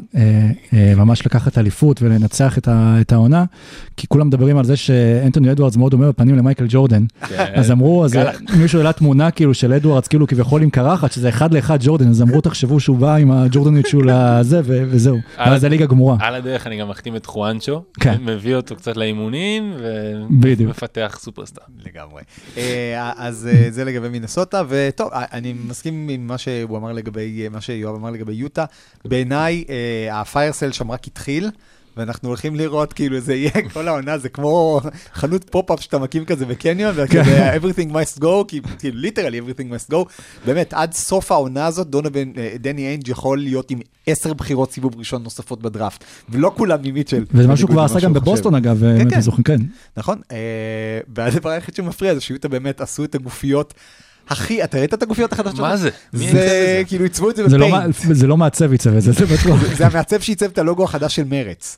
[SPEAKER 3] ממש לקחת אליפות ולנצח את העונה, כי כולם מדברים על זה שאנטוני אדוורדס מאוד אומר בפנים למייקל ג'ורדן, אז אמרו, אז מישהו העלה תמונה כאילו של אדוורדס, כאילו כביכול עם קרחת, שזה אחד לאחד ג'ורדן, אז אמרו תחשבו שהוא בא עם הג'ורדנית שהוא לזה וזהו, ואז הליגה גמורה.
[SPEAKER 6] על הדרך אני גם מחתים את חואנצ'ו,
[SPEAKER 3] כן.
[SPEAKER 6] מביא אותו קצת לאימונים,
[SPEAKER 3] בדיוק.
[SPEAKER 6] ומפתח סופרסטאר.
[SPEAKER 4] לגמרי. אה, אז אה, זה לגבי מינסוטה, וטוב, אה, אני מסכים עם מה שהוא אמר לגבי, מה שיואב אמר לגבי יוטה. בעיניי, אה, הפיירסל שם רק התחיל, ואנחנו הולכים לראות, כאילו, זה יהיה, כל העונה, זה כמו חנות פופ-אפ שאתה מקים כזה בקניון, וכזה, everything must go, כאילו, literally everything must go. באמת, עד סוף העונה הזאת, דונובין, דני איינג' יכול להיות עם עשר בחירות סיבוב ראשון נוספות בדראפט, ולא כולם ממיטשל.
[SPEAKER 3] וזה משהו כבר עשה גם בבוסטון, אגב, אם אתם זוכרים, כן.
[SPEAKER 4] נכון, והדבר היחיד שמפריע זה שיוטה באמת עשו את הגופיות, אחי, אתה ראית את הגופיות החדשות?
[SPEAKER 6] מה זה?
[SPEAKER 4] זה, כאילו, עיצבו את זה בפיינט.
[SPEAKER 3] זה לא מעצב עיצב את זה, זה בטוח.
[SPEAKER 4] זה המעצב שעיצב את הלוגו החדש של מרץ.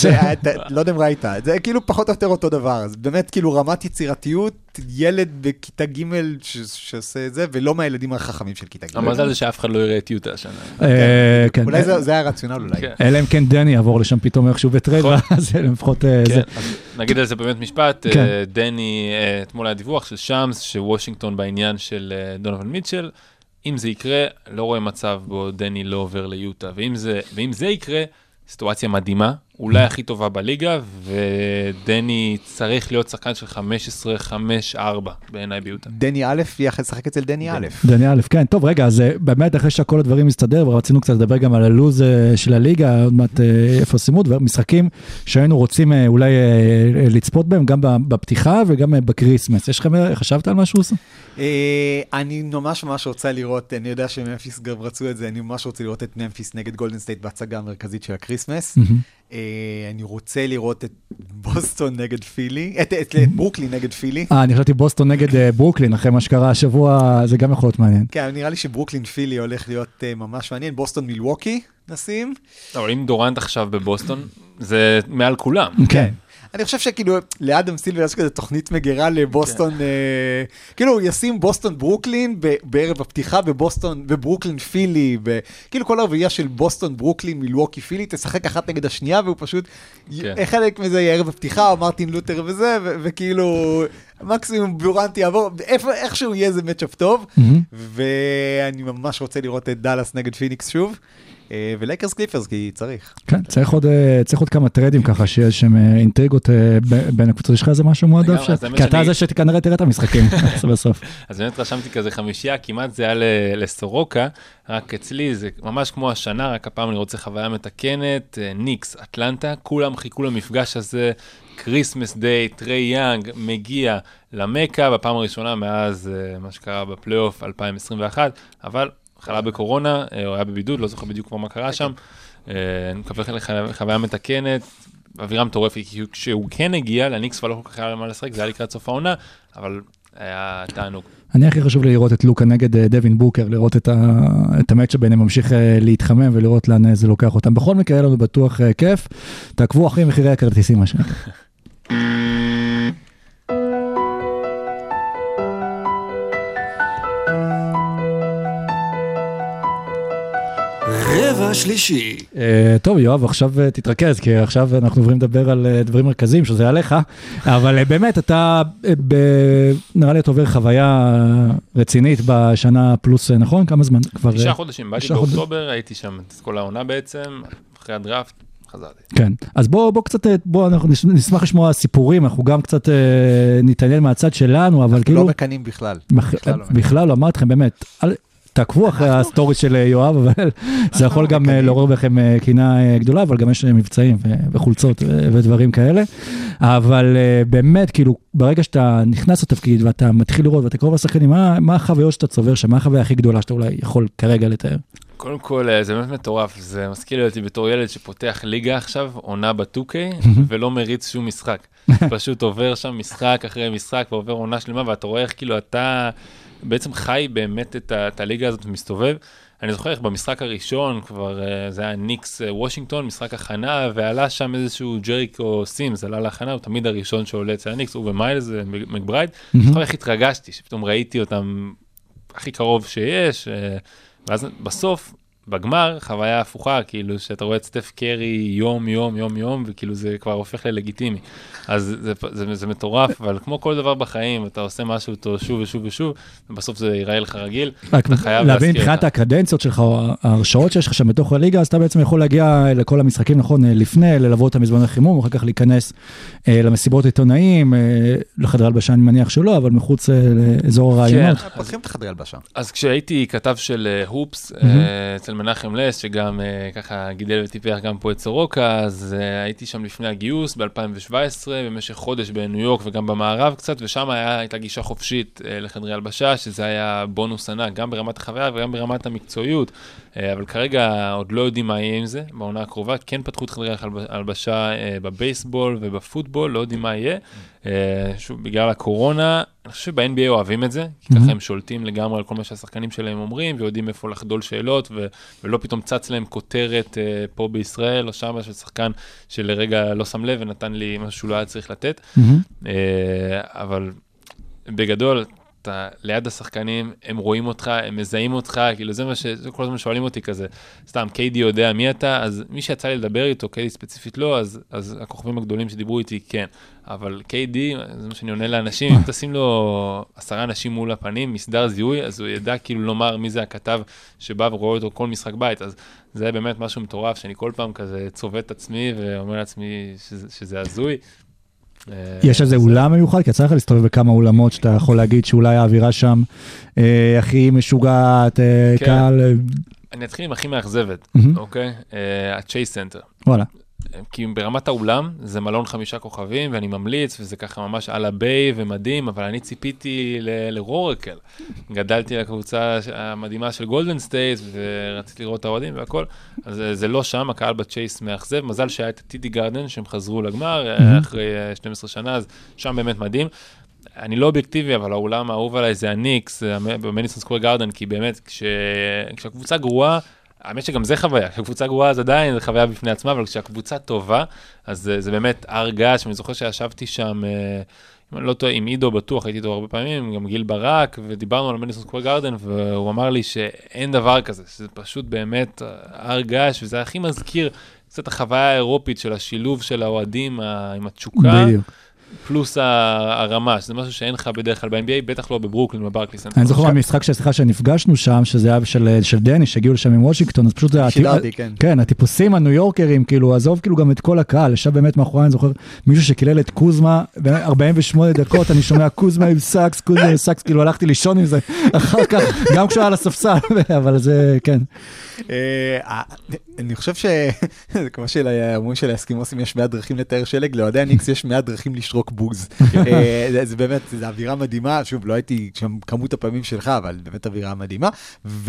[SPEAKER 4] לא יודע אם ראית, זה כאילו פחות או יותר אותו דבר. אז באמת, כאילו, רמת יצירתיות, ילד בכיתה ג' שעושה את זה, ולא מהילדים החכמים של כיתה ג'.
[SPEAKER 6] המזל זה שאף אחד לא יראה את יוטה השנה.
[SPEAKER 4] אולי זה היה רציונל אולי.
[SPEAKER 3] אלא אם כן דני יעבור לשם פתאום איכשהו בטרייד, אז לפחות זה.
[SPEAKER 6] נגיד על זה באמת משפט, דני, אתמול היה דיווח של שמס, שוושינגטון בעניין של דונובין מיטשל, אם זה יקרה, לא רואה מצב בו דני לא עובר ליוטה, ואם זה יקרה, סיטואציה מדהימה, אולי הכי טובה בליגה, ודני צריך להיות שחקן של חמש עשרה חמש ארבע בעיניי ביוטה.
[SPEAKER 4] דני א' יחד לשחק אצל דני א'.
[SPEAKER 3] דני א', כן. טוב, רגע, אז באמת אחרי שכל הדברים מסתדר, ורצינו קצת לדבר גם על הלוז של הליגה, עוד מעט איפה סימות, ומשחקים שהיינו רוצים אולי לצפות בהם, גם בפתיחה וגם בקריסמס. יש לכם, חשבת על משהו עושה?
[SPEAKER 4] אני ממש ממש רוצה לראות, אני יודע שממפיס גם רצו את זה, אני ממש רוצה לראות את ממפיס נגד גולדן סטייט בהצגה המרכזית של הקריסמס. אני רוצה לראות את בוסטון נגד פילי, את ברוקלין נגד פילי.
[SPEAKER 3] אה, אני חשבתי בוסטון נגד ברוקלין, אחרי מה שקרה השבוע, זה גם יכול להיות מעניין.
[SPEAKER 4] כן, נראה לי שברוקלין פילי הולך להיות ממש מעניין. בוסטון מילווקי נשים.
[SPEAKER 6] אבל אם דורנט עכשיו בבוסטון, זה מעל כולם.
[SPEAKER 3] כן.
[SPEAKER 4] אני חושב שכאילו לאדם סילבר יש כזה תוכנית מגירה לבוסטון, כאילו הוא ישים בוסטון ברוקלין בערב הפתיחה בבוסטון, בברוקלין פילי, כאילו כל הרביעייה של בוסטון ברוקלין מילווקי פילי תשחק אחת נגד השנייה, והוא פשוט, חלק מזה יהיה ערב הפתיחה, או מרטין לותר וזה, וכאילו מקסימום דורנט יעבור, איכשהו יהיה איזה מצ'אפ טוב, ואני ממש רוצה לראות את דלס נגד פיניקס שוב. ולייקרס קליפרס, כי צריך.
[SPEAKER 3] כן, צריך עוד, צריך עוד כמה טרדים ככה, שיש שם אינטריגות בין הקבוצות. יש לך איזה משהו מועדף? כי אתה זה שכנראה תראה את המשחקים, בסוף.
[SPEAKER 6] אז באמת רשמתי כזה חמישייה, כמעט זה היה לסורוקה, רק אצלי זה ממש כמו השנה, רק הפעם אני רוצה חוויה מתקנת, ניקס, אטלנטה, כולם חיכו למפגש הזה, קריסמס דיי, טרי יאנג, מגיע למקה, בפעם הראשונה מאז מה שקרה בפלייאוף אלפיים עשרים ואחת, אבל חלה בקורונה, הוא היה בבידוד, לא זוכר בדיוק כבר מה קרה שם, אני מקווה לחוויה מתקנת, אווירה מטורפת, כי כשהוא כן הגיע, לניקס כבר לא כל כך היה למה לשחק, זה היה לקראת סוף העונה, אבל היה תענוג.
[SPEAKER 3] אני הכי חשוב לי לראות את לוקה נגד דווין בוקר, לראות את המאץ' שביניהם ממשיך להתחמם, ולראות לאן זה לוקח אותם. בכל מקרה, היה לנו בטוח כיף, תעקבו אחרי מחירי הכרטיסים, מה שנקרא.
[SPEAKER 5] רבע שלישי.
[SPEAKER 3] טוב, יואב, עכשיו תתרכז, כי עכשיו אנחנו עוברים לדבר על דברים מרכזיים, שזה עליך, אבל באמת, אתה, נראה לי, אתה עובר חוויה רצינית בשנה פלוס, נכון? כמה זמן?
[SPEAKER 6] תשעה חודשים, באתי באוקטובר, הייתי שם את כל העונה בעצם, אחרי הדראפט, חזרתי.
[SPEAKER 3] כן, אז בוא, בוא קצת, בוא, אנחנו נשמח לשמוע סיפורים, אנחנו גם קצת נתעניין מהצד שלנו, אבל כאילו...
[SPEAKER 4] לא מקנים בכלל.
[SPEAKER 3] בכלל, אמרתי לכם, באמת, תעקבו אחרי הסטורי של יואב, אבל זה יכול גם לעורר בכם קינה גדולה, אבל גם יש מבצעים וחולצות ודברים כאלה. אבל באמת, כאילו, ברגע שאתה נכנס לתפקיד ואתה מתחיל לראות ואתה קרוב לשחקנים, מה החוויות שאתה צובר שם? מה החוויה הכי גדולה שאתה אולי יכול כרגע לתאר?
[SPEAKER 6] קודם כל, זה באמת מטורף. זה מזכיר אותי בתור ילד שפותח ליגה עכשיו, עונה ב-טו קיי, ולא מריץ שום משחק. פשוט עובר שם משחק אחרי משחק, ועובר עונה שלמה, ואתה רואה איך כאילו אתה בעצם חי באמת את, ה- את הליגה הזאת ומסתובב. אני זוכר איך במשחק הראשון, כבר זה היה ניקס וושינגטון, משחק הכנה, ועלה שם איזשהו ג'ריקו סימס, עלה להכנה, הוא תמיד הראשון שעולה אצל הניקס, הוא ומיילס מקברייד. אני זוכר איך התרגשתי, שפתאום ראיתי אותם הכי קרוב שיש, ואז בסוף, בגמר, חוויה הפוכה, כאילו, שאתה רואה את סטף קרי יום, יום, יום, יום, וכאילו זה כבר הופך ללגיטימי. אז זה, זה, זה מטורף, אבל כמו כל דבר בחיים, אתה עושה משהו אותו שוב ושוב ושוב, ובסוף זה ייראה לך רגיל, אתה חייב
[SPEAKER 3] להבין מבחינת הקדנציות שלך, או ההרשאות שיש לך שם בתוך הליגה, אז אתה בעצם יכול להגיע לכל המשחקים, נכון, לפני, ללוות אותם בזמן החימום, ואחר כך להיכנס למסיבות עיתונאים, לחדר הלבשה אני מניח שלא, אבל מחוץ לאזור הרעיונות.
[SPEAKER 4] פותחים את החדר הלבשה.
[SPEAKER 6] אז כשהייתי כתב של הופס, אצל מנחם לס, שגם ככה גידל וטיפח גם פה את סורוקה, אז הייתי שם לפני הגיוס ב-אלפיים שבע עשרה, במשך חודש בניו יורק וגם במערב קצת, ושם הייתה גישה חופשית לחדרי הלבשה, שזה היה בונוס ענק, גם ברמת החוויה וגם ברמת המקצועיות, אבל כרגע עוד לא יודעים מה יהיה עם זה, בעונה הקרובה, כן פתחו את חדרי הלבשה בבייסבול ובפוטבול, לא יודעים מה יהיה, שוב, בגלל הקורונה, אני חושב שב-אן בי איי אוהבים את זה, כי ככה הם שולטים לגמרי על כל מה שהשחקנים שלהם אומרים, ויודעים איפה לחדול שאלות, ו- ולא פתאום צץ להם כותרת uh, פה בישראל, או שם של שחקן שלרגע לא שם לב, ונתן לי משהו שהוא לא היה צריך לתת. uh, אבל בגדול, אתה ליד השחקנים, הם רואים אותך, הם מזהים אותך, כאילו זה מה ש... זה כל הזמן שואלים אותי כזה, סתם, קיידי יודע מי אתה, אז מי שיצא לי לדבר איתו, קיידי ספציפית לא, אז, אז הכוכבים הגדולים שדיברו איתי, כן. אבל קיידי, זה מה שאני עונה לאנשים, אם תשים לו עשרה אנשים מול הפנים, מסדר זיהוי, אז הוא ידע כאילו לומר מי זה הכתב שבא ורואה אותו כל משחק בית, אז זה באמת משהו מטורף, שאני כל פעם כזה צובט את עצמי, ואומר לעצמי שזה, שזה הזוי.
[SPEAKER 3] יש איזה אולם מיוחד? כי צריך להסתובב בכמה אולמות שאתה יכול להגיד שאולי האווירה שם הכי משוגעת, קל.
[SPEAKER 6] אני אתחיל עם הכי מאכזבת, אוקיי? הצ'ייס סנטר.
[SPEAKER 3] וואלה.
[SPEAKER 6] כי ברמת האולם זה מלון חמישה כוכבים, ואני ממליץ, וזה ככה ממש על הביי ומדהים, אבל אני ציפיתי לרורקל. גדלתי לקבוצה המדהימה של גולדן סטייט, ורציתי לראות את האוהדים והכל, אז זה לא שם, הקהל בצ'ייס מאכזב, מזל שהיה את טידי גרדן, שהם חזרו לגמר, אחרי שתים עשרה שנה, אז שם באמת מדהים. אני לא אובייקטיבי, אבל האולם האהוב עליי זה הניקס, במדיסון סקוור גארדן, כי באמת, כשהקבוצה גרועה, האמת שגם זה חוויה, כשהקבוצה גרועה אז עדיין זה חוויה בפני עצמה, אבל כשהקבוצה טובה, אז זה, זה באמת הרגש, אני זוכר שישבתי שם, אם אני לא טועה, עם עידו בטוח, הייתי איתו הרבה פעמים, גם גיל ברק, ודיברנו על מדיסון סקוור גארדן, והוא אמר לי שאין דבר כזה, שזה פשוט באמת הרגש, וזה הכי מזכיר קצת החוויה האירופית של השילוב של האוהדים עם התשוקה, בדיוק. פלוס הרמה, שזה משהו שאין לך בדרך כלל ב-אן בי איי, בטח לא בברוקלין, בברקלי סנטר.
[SPEAKER 3] אני זוכר במשחק שסליחה שנפגשנו שם, שזה היה של דני, שהגיעו לשם עם וושינגטון, אז פשוט זה...
[SPEAKER 4] שידרתי, כן.
[SPEAKER 3] כן, הטיפוסים הניו יורקרים, כאילו, עזוב כאילו גם את כל הקהל, ישב באמת מאחורי, אני זוכר מישהו שקילל את קוזמה, ארבעים ושמונה דקות, אני שומע קוזמה עם סאקס, קוזמה עם סאקס, כאילו הלכתי לישון עם זה, אחר כך, גם כשהוא היה לספסל, אבל זה, כן.
[SPEAKER 4] אני חושב ש... כמו שאומרים של האסקימוסים, יש מאה דרכים לתאר שלג, לאוהדי הניקס יש מאה דרכים לשרוק בוז. זה באמת, זו אווירה מדהימה, שוב, לא הייתי שם כמות הפעמים שלך, אבל באמת אווירה מדהימה, ו...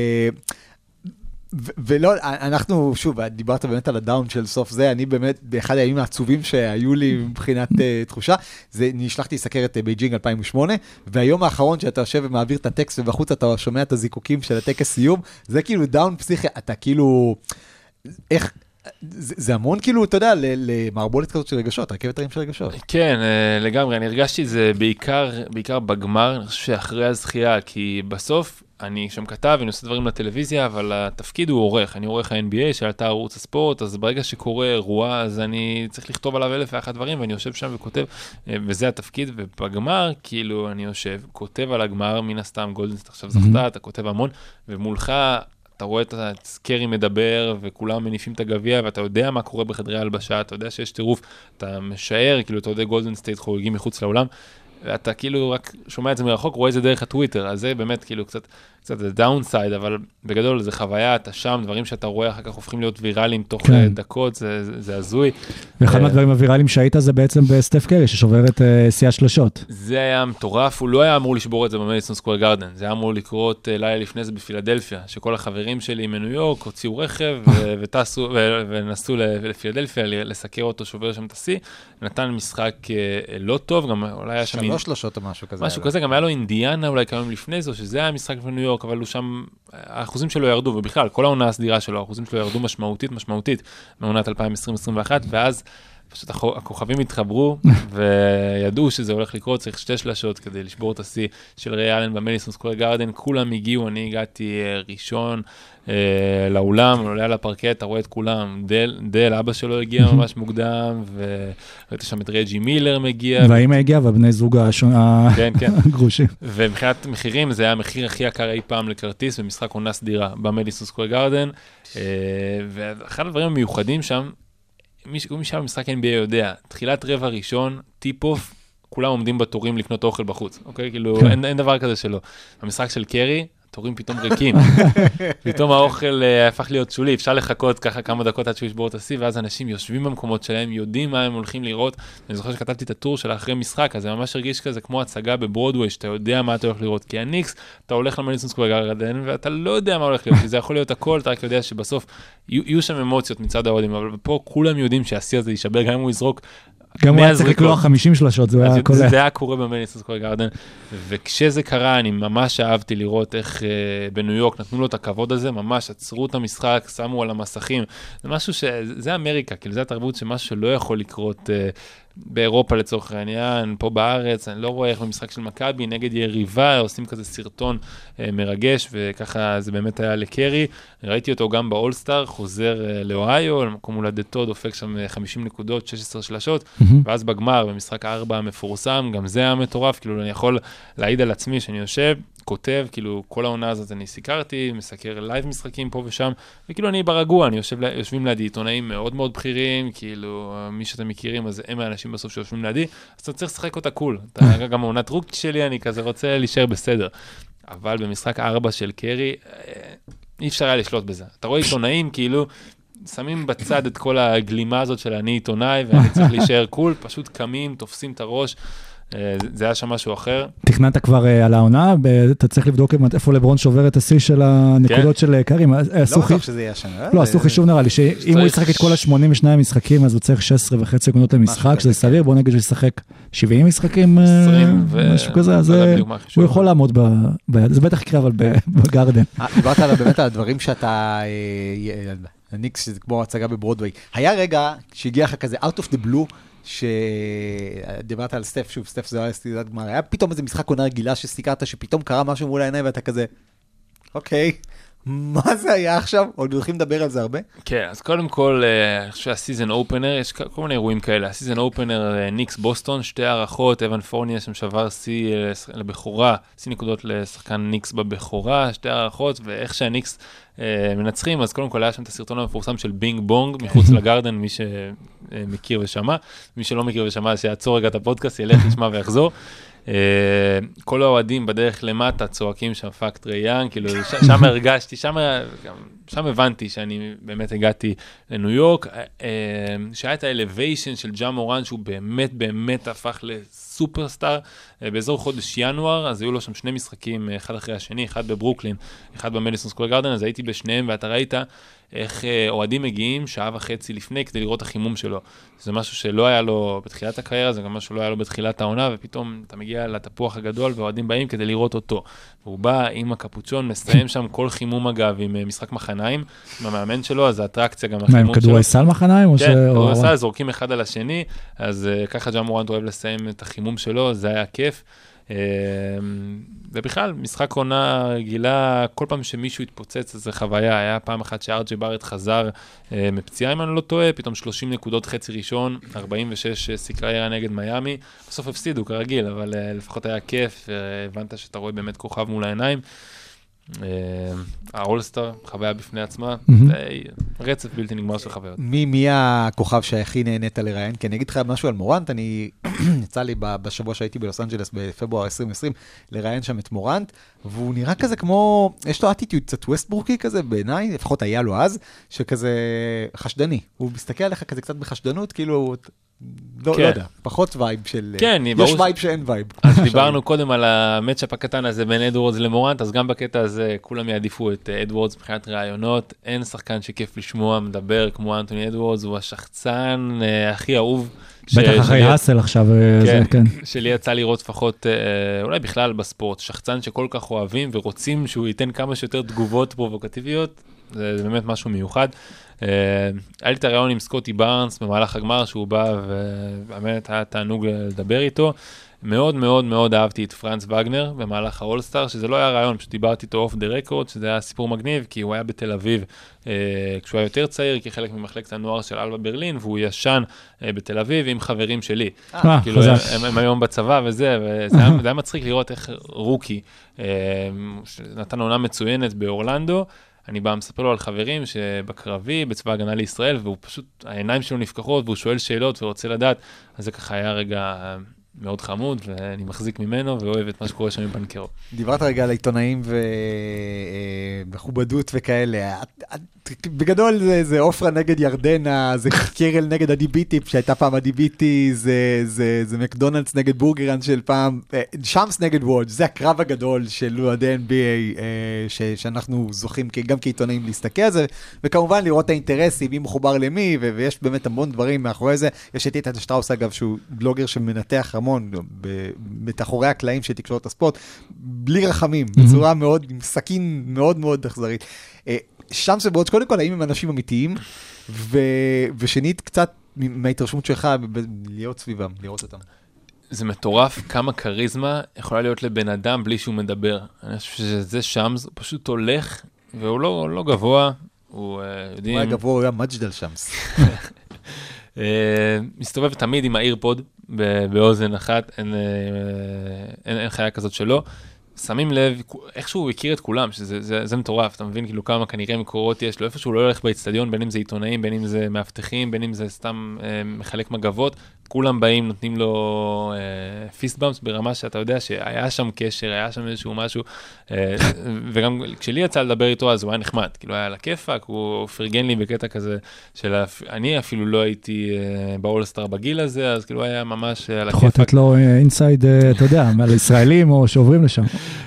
[SPEAKER 4] ולא, אנחנו, שוב, דיברת באמת על הדאון של סוף זה, אני באמת, באחד הימים העצובים שהיו לי מבחינת תחושה, זה, נשלחתי לסקר את בייג'ינג אלפיים ושמונה, והיום האחרון שאתה יושב ומעביר את הטקסט, ובחוץ אתה שומע את הזיקוקים של הטקס סיום, זה כאילו דאון פסיכי, אתה כאילו, איך... זה, זה המון כאילו, אתה יודע, למערבולת כזאת של רגשות, רכבת הרים של רגשות.
[SPEAKER 6] כן, לגמרי, אני הרגשתי את זה בעיקר, בעיקר בגמר, אני חושב שאחרי הזכייה, כי בסוף אני שם כתב, אני עושה דברים לטלוויזיה, אבל התפקיד הוא עורך, אני עורך ה-אן בי איי, שעלתה ערוץ הספורט, אז ברגע שקורה אירוע, אז אני צריך לכתוב עליו אלף ואחת דברים, ואני יושב שם וכותב, וזה התפקיד, ובגמר, כאילו, אני יושב, כותב על הגמר, מן הסתם, גולדנסט עכשיו זכתה, אתה כותב המון, ומולך אתה רואה את הסקרי מדבר, וכולם מניפים את הגביע, ואתה יודע מה קורה בחדרי הלבשה, אתה יודע שיש טירוף, אתה משער, כאילו, אתה יודע גולדן סטייט חוגגים מחוץ לעולם, ואתה כאילו רק שומע את זה מרחוק, רואה את זה דרך הטוויטר, אז זה באמת כאילו קצת, קצת דאונסייד, אבל בגדול זה חוויה, אתה שם, דברים שאתה רואה אחר כך הופכים להיות ויראליים תוך כן. דקות, זה, זה הזוי.
[SPEAKER 3] ואחד מהדברים הוויראליים שהיית זה בעצם בסטף קרי, ששובר את שיא השלשות.
[SPEAKER 6] זה היה מטורף, הוא לא היה אמור לשבור את זה במדיסון סקוור גארדן, זה היה אמור לקרות לילה לפני זה בפילדלפיה, שכל החברים שלי מניו יורק הוציאו רכב וטסו ונסו לפילדלפיה לסקר אותו, שובר שם את השיא, נתן משחק לא טוב, גם אולי היה שם
[SPEAKER 4] שלוש שלושות או משהו כזה.
[SPEAKER 6] משהו כזה, גם היה לו אינדיאנה אולי כמה ימים לפני זה, שזה היה משחק בניו יורק, אבל הוא שם, האחוזים שלו ירדו, ובכלל, כל העונה הסדירה שלו, האחוזים שלו ירדו משמעותית, משמעותית, מעונת אלפיים עשרים עשרים ואחת, ואז פשוט הכוכבים התחברו, וידעו שזה הולך לקרות, צריך שתי שלשות כדי לשבור את השיא של ריי אלן במדיסון סקוור גארדן, כולם הגיעו, אני הגעתי ראשון לאולם, עולה על הפרקט, אתה רואה את כולם, דל, דל, אבא שלו הגיע ממש מוקדם, וראיתי שם את רג'י מילר מגיע.
[SPEAKER 3] והאמא הגיעה, ובני זוג הגרושים.
[SPEAKER 6] ומבחינת מחירים, זה היה המחיר הכי יקר אי פעם לכרטיס, במשחק עונה סדירה במדיסון סקוור גארדן, ואחד הדברים המיוחדים שם, מי שם במשחק אן בי איי יודע, תחילת רבע ראשון, טיפ-אוף, כולם עומדים בתורים לקנות אוכל בחוץ, אוקיי? כאילו, אין, אין דבר כזה שלא. במשחק של קרי, התורים פתאום ריקים. פתאום האוכל הפך להיות שולי, אפשר לחכות ככה כמה דקות עד שהוא ישבור את השיא, ואז אנשים יושבים במקומות שלהם, יודעים מה הם הולכים לראות. אני זוכר שכתבתי את הטור של אחרי משחק, אז זה ממש הרגיש כזה כמו הצגה בברודווי, שאתה יודע מה אתה הולך לראות, כי הניקס, אתה הולך למדיסון סקוור גארדן, ואתה לא יודע מה הולך להיות, כי זה יכול להיות הכל, אתה רק יודע שבסוף יהיו שם אמוציות מצד האוהדים, אבל פה כולם יודעים שהשיא הזה יישבר, גם אם הוא יזרוק
[SPEAKER 3] גם הוא היה צריך לקלוח חמישים שלשות, זה היה קולה.
[SPEAKER 6] זה היה קורה במדיסון סקוור גארדן, וכשזה קרה, אני ממש אהבתי לראות איך בניו יורק נתנו לו את הכבוד הזה, ממש עצרו את המשחק, שמו על המסכים, זה משהו ש... זה אמריקה, כאילו זה התרבות שמשהו שלא יכול לקרות באירופה לצורך העניין, פה בארץ, אני לא רואה איך במשחק של מכבי, נגד יריבה, עושים כזה סרטון אה, מרגש, וככה זה באמת היה לקרי, ראיתי אותו גם באולסטאר, חוזר אה, לאוהיו, למקום הולדתו, דופק שם חמישים נקודות, שש עשרה שלשות, mm-hmm. ואז בגמר, במשחק הארבע המפורסם, גם זה היה מטורף, כאילו אני יכול להעיד על עצמי שאני יושב, כותב, כאילו כל העונה הזאת אני סיקרתי, מסקר לייב משחקים פה ושם, וכאילו אני ברגוע, אני יושב, יושבים לידי עיתונאים מאוד מאוד בכירים, כאילו מי שאתם מכירים, אז הם האנשים בסוף שיושבים לידי, אז אתה צריך לשחק אותה קול, אתה גם העונת רוק שלי, אני כזה רוצה להישאר בסדר, אבל במשחק ארבע של קרי, אי אפשר היה לשלוט בזה, אתה רואה עיתונאים כאילו, שמים בצד את כל הגלימה הזאת של אני עיתונאי, ואני צריך להישאר קול, פשוט קמים, תופסים את הראש, זה היה שם משהו אחר.
[SPEAKER 3] תכננת כבר על העונה, אתה צריך לבדוק איפה לברון שובר את השיא של הנקודות של קרי.
[SPEAKER 4] לא בטוח שזה יהיה השנה.
[SPEAKER 3] לא, עשו חישוב נראה לי, שאם הוא ישחק את כל ה-שמונים ושתיים משחקים, אז הוא צריך שש עשרה וחצי נקודות למשחק, שזה סביר, בוא נגיד שהוא ישחק שבעים משחקים, משהו כזה, אז הוא יכול לעמוד ביד, זה בטח יקרה אבל בגארדן.
[SPEAKER 4] דיברת באמת על הדברים שאתה, הניקס, שזה כמו הצגה בברודווי. היה רגע שהגיע לך כזה out of the blue, שדיברת על סטף, שוב, סטף זה היה סטידת גמר, היה פתאום איזה משחק עונה רגילה שסיקרת, שפתאום קרה משהו מול העיניים, ואתה כזה, אוקיי, מה זה היה עכשיו? עוד הולכים לדבר על זה הרבה?
[SPEAKER 6] כן, אז קודם כל, אני חושב שהסיזן אופנר, יש כל מיני אירועים כאלה, הסיזן אופנר, ניקס בוסטון, שתי הערכות, אבן פורניה שם שבר שיא לבחורה, שיא נקודות לשחקן ניקס בבחורה, שתי הערכות, ואיך שהניקס מנצחים, אז קודם כל היה שם את הסרטון המפורסם של בינג בונג, מחוץ לגארדן, מי שמכיר ושמע, מי שלא מכיר ושמע, שיעצור רגע את הפודקאסט, ילך, ישמע ויחזור. כל האוהדים בדרך למטה צועקים שם פאקט ריאן, כאילו שם הרגשתי, שם הבנתי שאני באמת הגעתי לניו יורק, שהיה את האלוויישן של ג'ה מורן, שהוא באמת באמת הפך לסופרסטאר, באזור חודש ינואר, אז היו לו שם שני משחקים, אחד אחרי השני, אחד בברוקלין, אחד במדיסון סקוור גארדן, אז הייתי בשניהם, ואתה ראית איך אוהדים מגיעים שעה וחצי לפני כדי לראות החימום שלו. זה משהו שלא היה לו בתחילת הקריירה, זה גם משהו שלא היה לו בתחילת העונה, ופתאום אתה מגיע לתפוח הגדול, ואוהדים באים כדי לראות אותו. והוא בא עם הקפוצ'ון, מסיים שם כל חימום אגב, עם משחק מחניים, עם המאמן שלו, אז האטרקציה גם החימום שלו.
[SPEAKER 3] מה, עם כדורי סל מחניים?
[SPEAKER 6] כן, כדורי סל, זורקים אחד על השני, אז ככה ג'ה מורנט אוהב לסיים את החימום שלו, זה היה כיף. ובכלל, משחק עונה רגילה, כל פעם שמישהו התפוצץ, אז זה חוויה, היה פעם אחת שארג'י בארט חזר מפציעה, אם אני לא טועה, פתאום שלושים נקודות חצי ראשון, ארבעים ושש סיקריירה נגד מיימי, בסוף הפסידו כרגיל, אבל לפחות היה כיף, הבנת שאתה רואה באמת כוכב מול העיניים, האולסטאר, חוויה בפני עצמה, רצף בלתי נגמר של חוויות.
[SPEAKER 4] מי הכוכב שהכי נהנית לראיין? כי אני אגיד לך משהו על מורנט, אני יצא לי בשבוע שהייתי בלוס אנג'לס בפברואר עשרים עשרים לראיין שם את מורנט, והוא נראה כזה כמו, יש לו אטיטיוד קצת ווסטברוקי כזה בעיניי, לפחות היה לו אז, שכזה חשדני. הוא מסתכל עליך כזה קצת בחשדנות, כאילו לא יודע, פחות וייב של... יש וייב שאין וייב.
[SPEAKER 6] אז דיברנו קודם על המצ'אפ הקטן הזה בין אדוורדס למורנט, אז גם בקטע הזה כולם יעדיפו את אדוורדס מבחינת רעיונות, אין שחקן שכיף לשמוע, מדבר כמו אנטוני אדוורדס, הוא השחצן הכי אהוב.
[SPEAKER 3] בטח אחרי האסל עכשיו.
[SPEAKER 6] כן, שלי יצא לראות לפחות, אולי בכלל בספורט, שחצן שכל כך אוהבים ורוצים שהוא ייתן כמה שיותר תגובות פרובוקטיביות, זה, זה באמת משהו מיוחד. היה לי את הרעיון עם סקוטי בארנס במהלך הגמר, שהוא בא ובאמת היה תענוג לדבר איתו. מאוד מאוד מאוד אהבתי את פרנץ וגנר במהלך האולסטאר, שזה לא היה רעיון, פשוט דיברתי איתו אוף דה רקורד, שזה היה סיפור מגניב, כי הוא היה בתל אביב אה, כשהוא היה יותר צעיר, כחלק ממחלקת הנוער של אלבה ברלין, והוא ישן אה, בתל אביב עם חברים שלי.
[SPEAKER 3] אה,
[SPEAKER 6] כאילו,
[SPEAKER 3] חזק.
[SPEAKER 6] הם, הם היום בצבא וזה, וזה היה, זה היה מצחיק לראות איך רוקי, אה, שנתן עונה מצוינת באורלנדו, אני בא מספר לו על חברים שבקרבי, בצבא הגנה לישראל, והוא פשוט, העיניים שלו נפקחות, והוא שואל שאלות ורוצה לדעת, אז זה ככה היה רגע מאוד חמוד, ואני מחזיק ממנו ואוהב את מה שקורה שם מבנקרו.
[SPEAKER 4] דיברת רגע על עיתונאים ומכובדות וכאלה. בגדול זה, זה אופרה נגד ירדנה, זה קרל נגד הדיביטי, שהייתה פעם הדיביטי, זה, זה, זה מקדונלדס נגד בורגרן של פעם, שמס נגד וודג', זה הקרב הגדול של אוהדי אן בי איי, ש, שאנחנו זוכים גם כעיתונאים להסתכל על זה, וכמובן לראות את האינטרסים, מי מחובר למי, ו, ויש באמת המון דברים מאחורי זה. יש את איתן שטראוס אגב, שהוא בלוגר שמנתח המון, בתחורי הקלעים של תקשורת הספורט, בלי רחמים, בצורה מאוד, עם סכין מאוד מאוד אכזרית. שם זה בעוד, קודם כל, האם הם אנשים אמיתיים, ו... ושנית, קצת מההתרשמות שלך, להיות סביבם, לראות אותם.
[SPEAKER 6] זה מטורף כמה קריזמה יכולה להיות לבן אדם בלי שהוא מדבר. אני חושב שזה שמס, הוא פשוט הולך, והוא לא, לא גבוה, הוא יודעים...
[SPEAKER 4] הוא היה גבוה, הוא היה מג'דל שמס.
[SPEAKER 6] מסתובב תמיד עם האירפוד באוזן אחת, אין, אין, אין חיה כזאת שלו. שמים לב, איכשהו הוא הכיר את כולם, שזה זה, זה מטורף, אתה מבין כאילו כמה כנראה מקורות יש לו, איפשהו לא הולך באצטדיון, בין אם זה עיתונאים, בין אם זה מאבטחים, בין אם זה סתם אה, מחלק מגבות, כולם באים, נותנים לו אה, פיסט באמפס ברמה שאתה יודע שהיה שם קשר, היה שם איזשהו משהו, אה, וגם כשלי יצא לדבר איתו, אז הוא היה נחמד, כאילו היה על הכיפק, הוא פרגן לי בקטע כזה, של אני אפילו לא הייתי אה, באולסטאר בגיל הזה, אז כאילו היה ממש על הכיפק.
[SPEAKER 3] יכול לתת לו אינסייד, אתה יודע, על ישראלים או שעוברים לשם.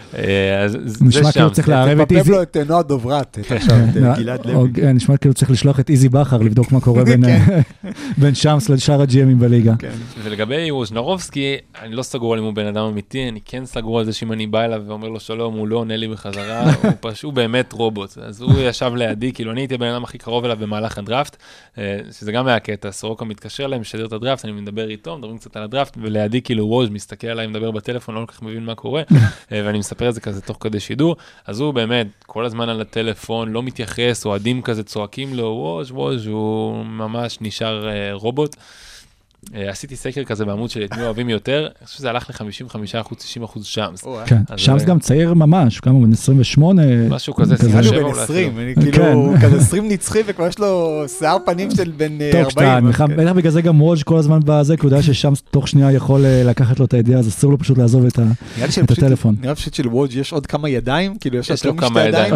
[SPEAKER 3] נשמע כאילו צריך לערב את איזי...
[SPEAKER 4] תפפב לו את נועה דוברת, את עכשיו, את גלעד לוי.
[SPEAKER 3] נשמע כאילו צריך לשלוח את איזי בחר, לבדוק מה קורה בין שמס לשאר הג'י-אמים בליגה.
[SPEAKER 6] ולגבי ווז'נרובסקי, אני לא סגור על אם הוא בן אדם אמיתי, אני כן סגור על זה שאם אני בא אליו ואומר לו שלום, הוא לא עונה לי בחזרה, הוא פשוט באמת רובוט. אז הוא ישב לידי, כאילו אני הייתי הבן אדם הכי קרוב אליו במהלך הדראפט, שזה גם היה קטע, סורוקה מתקשר אליי, משדר את הדראפט, אני מדבר איתו, מדברים קצת על הדראפט, ולידי כאילו ווז' מסתכל עליי, מדבר בטלפון, לא כל כך מבין מה קורה, ואני מספר את זה כזה תוך כדי שידור, אז הוא באמת כל הזמן על הטלפון, לא מתייחס, אוהדים כזה צועקים לו, ווז' ווז', הוא ממש נשאר רובוט. עשיתי סקר כזה בעמוד שלי, את מי אוהבים יותר, אני חושב שזה הלך ל-חמישים וחמישה אחוז, שישים אחוז שמס.
[SPEAKER 3] כן, שמס גם צעיר ממש, כמה הוא בן עשרים ושמונה.
[SPEAKER 6] משהו כזה,
[SPEAKER 4] נראה לי הוא בן עשרים, כאילו, כזה עשרים נצחי, וכבר יש לו שיער פנים של בן ארבעים.
[SPEAKER 3] בטח בגלל זה גם וודג' כל הזמן בזה, כי הוא יודע ששמס תוך שנייה יכול לקחת לו את הידיעה, אז אסור לו פשוט לעזוב את הטלפון.
[SPEAKER 4] נראה פשוט של וודג' יש עוד כמה ידיים, כאילו יש
[SPEAKER 6] לו כמה ידיים.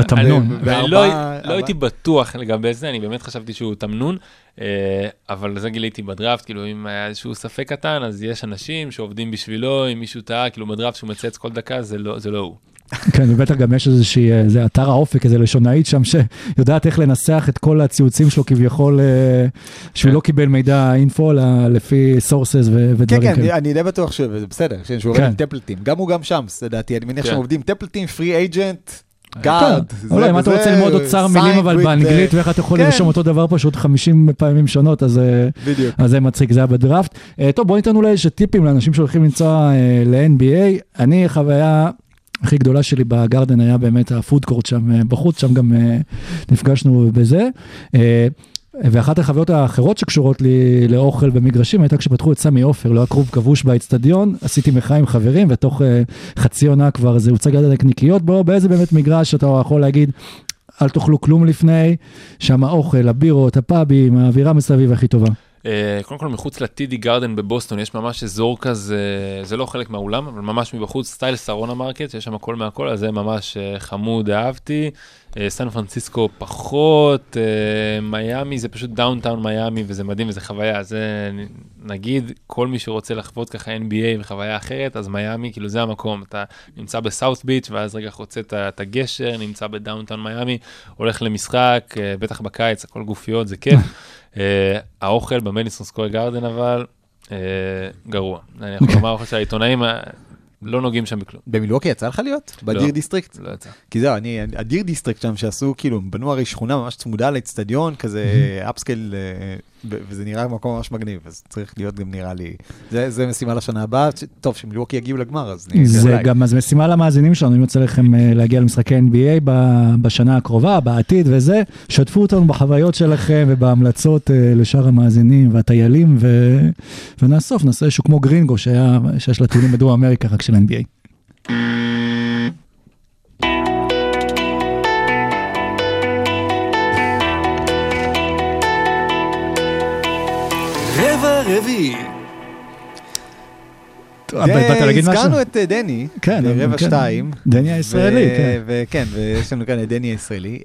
[SPEAKER 6] לא הייתי בטוח לגבי זה, אני באמת חשבתי שהוא תמנון, אבל זה גיליתי בדראפט, כאילו אם היה איזשהו ספק קטן, אז יש אנשים שעובדים בשבילו, אם מישהו טעה, כאילו בדראפט שהוא מצץ כל דקה, זה לא, זה לא הוא.
[SPEAKER 3] כן, ובטח גם יש איזושהי, זה אתר האופק, איזה לשונאית שם, שיודעת איך לנסח את כל הציוצים שלו כביכול, שהוא לא קיבל מידע אינפו, לפי סורסס ודברים כאלה.
[SPEAKER 4] כן, כן, אני די בטוח שזה בסדר, שהוא עובד עם טפלטים, גם הוא גם שם, לדעתי, אני מניח שהם עובדים טפלטים, פרי אייג'נט, גארד.
[SPEAKER 3] אולי, אם אתה רוצה ללמוד אוצר מילים, אבל באנגלית, ואיך אתה יכול לרשום אותו דבר פשוט חמישים פעמים שונות, אז זה מצחיק, זה היה בדראפט. טוב, בוא ניתן אולי איזה טיפים לאנשים שהולכים לנסוע ל-אן בי איי. אני, חוויה הכי גדולה שלי בגרדן היה באמת הפודקורט שם בחוץ, שם גם נפגשנו בזה. ואחת החוויות האחרות שקשורות לי לאוכל במגרשים, הייתה כשפתחו את סמי אופר, לא הקרוב כבוש באצטדיון, עשיתי מחאה עם חברים, ותוך uh, חצי עונה כבר זה הוצג עד הנקניקיות, בו באיזה באמת מגרש שאתה יכול להגיד, אל תאכלו כלום לפני, שם האוכל, הבירות, הפאבים, האווירה מסביב הכי טובה.
[SPEAKER 6] קודם כל מחוץ לטידי גרדן בבוסטון, יש ממש אזור כזה, זה לא חלק מהאולם, אבל ממש מבחוץ, סטייל סרונה מרקט, יש שם הכל מהכל, אז זה ממש חמוד, אהבתי. סן פרנסיסקו פחות, מיימי זה פשוט דאונטאון מיימי, וזה מדהים, וזה חוויה, זה נגיד, כל מי שרוצה לחוות ככה אן בי איי וחוויה אחרת, אז מיימי, כאילו זה המקום, אתה נמצא בסאות' ביץ', ואז רגע חוצה את הגשר, נמצא בדאונטאון מיימי, הולך למשחק, בטח בקיץ, הכל גופיות, זה כיף. האוכל במדיסון סקוור גארדן אבל גרוע. אני יכול לומר אוכל שהעיתונאים לא נוגעים שם בכלום.
[SPEAKER 4] במילווקי יצא לך להיות? בדיר דיסטריקט?
[SPEAKER 6] לא יצא.
[SPEAKER 4] כי זהו, אני, הדיר דיסטריקט שם שעשו, כאילו, בנו הרי שכונה ממש צמודה לאצטדיון, כזה אפסקייל, וזה נראה מקום ממש מגניב, אז צריך להיות גם נראה לי, זה, זה משימה לשנה הבאה, טוב, שמילווקי יגיעו לגמר, אז נראה
[SPEAKER 3] זה אולי. גם, אז משימה למאזינים שלנו, אני רוצה לכם להגיע למשחקי אן בי איי בשנה הקרובה, בעתיד וזה, שתפו אותנו בחוויות שלכם ובהמלצות לשאר המאזינים והטיילים, ו... ונאסוף, נעשה איזשהו כמו גרינגו, שהיה, שיש לה טיולים בדרום אמריקה, רק של אן בי איי.
[SPEAKER 5] רבע רביעי.
[SPEAKER 4] הזכרנו את דני, ברבע שתיים.
[SPEAKER 3] דני הישראלי, כן.
[SPEAKER 4] וכן, ויש לנו כאן את דני הישראלי.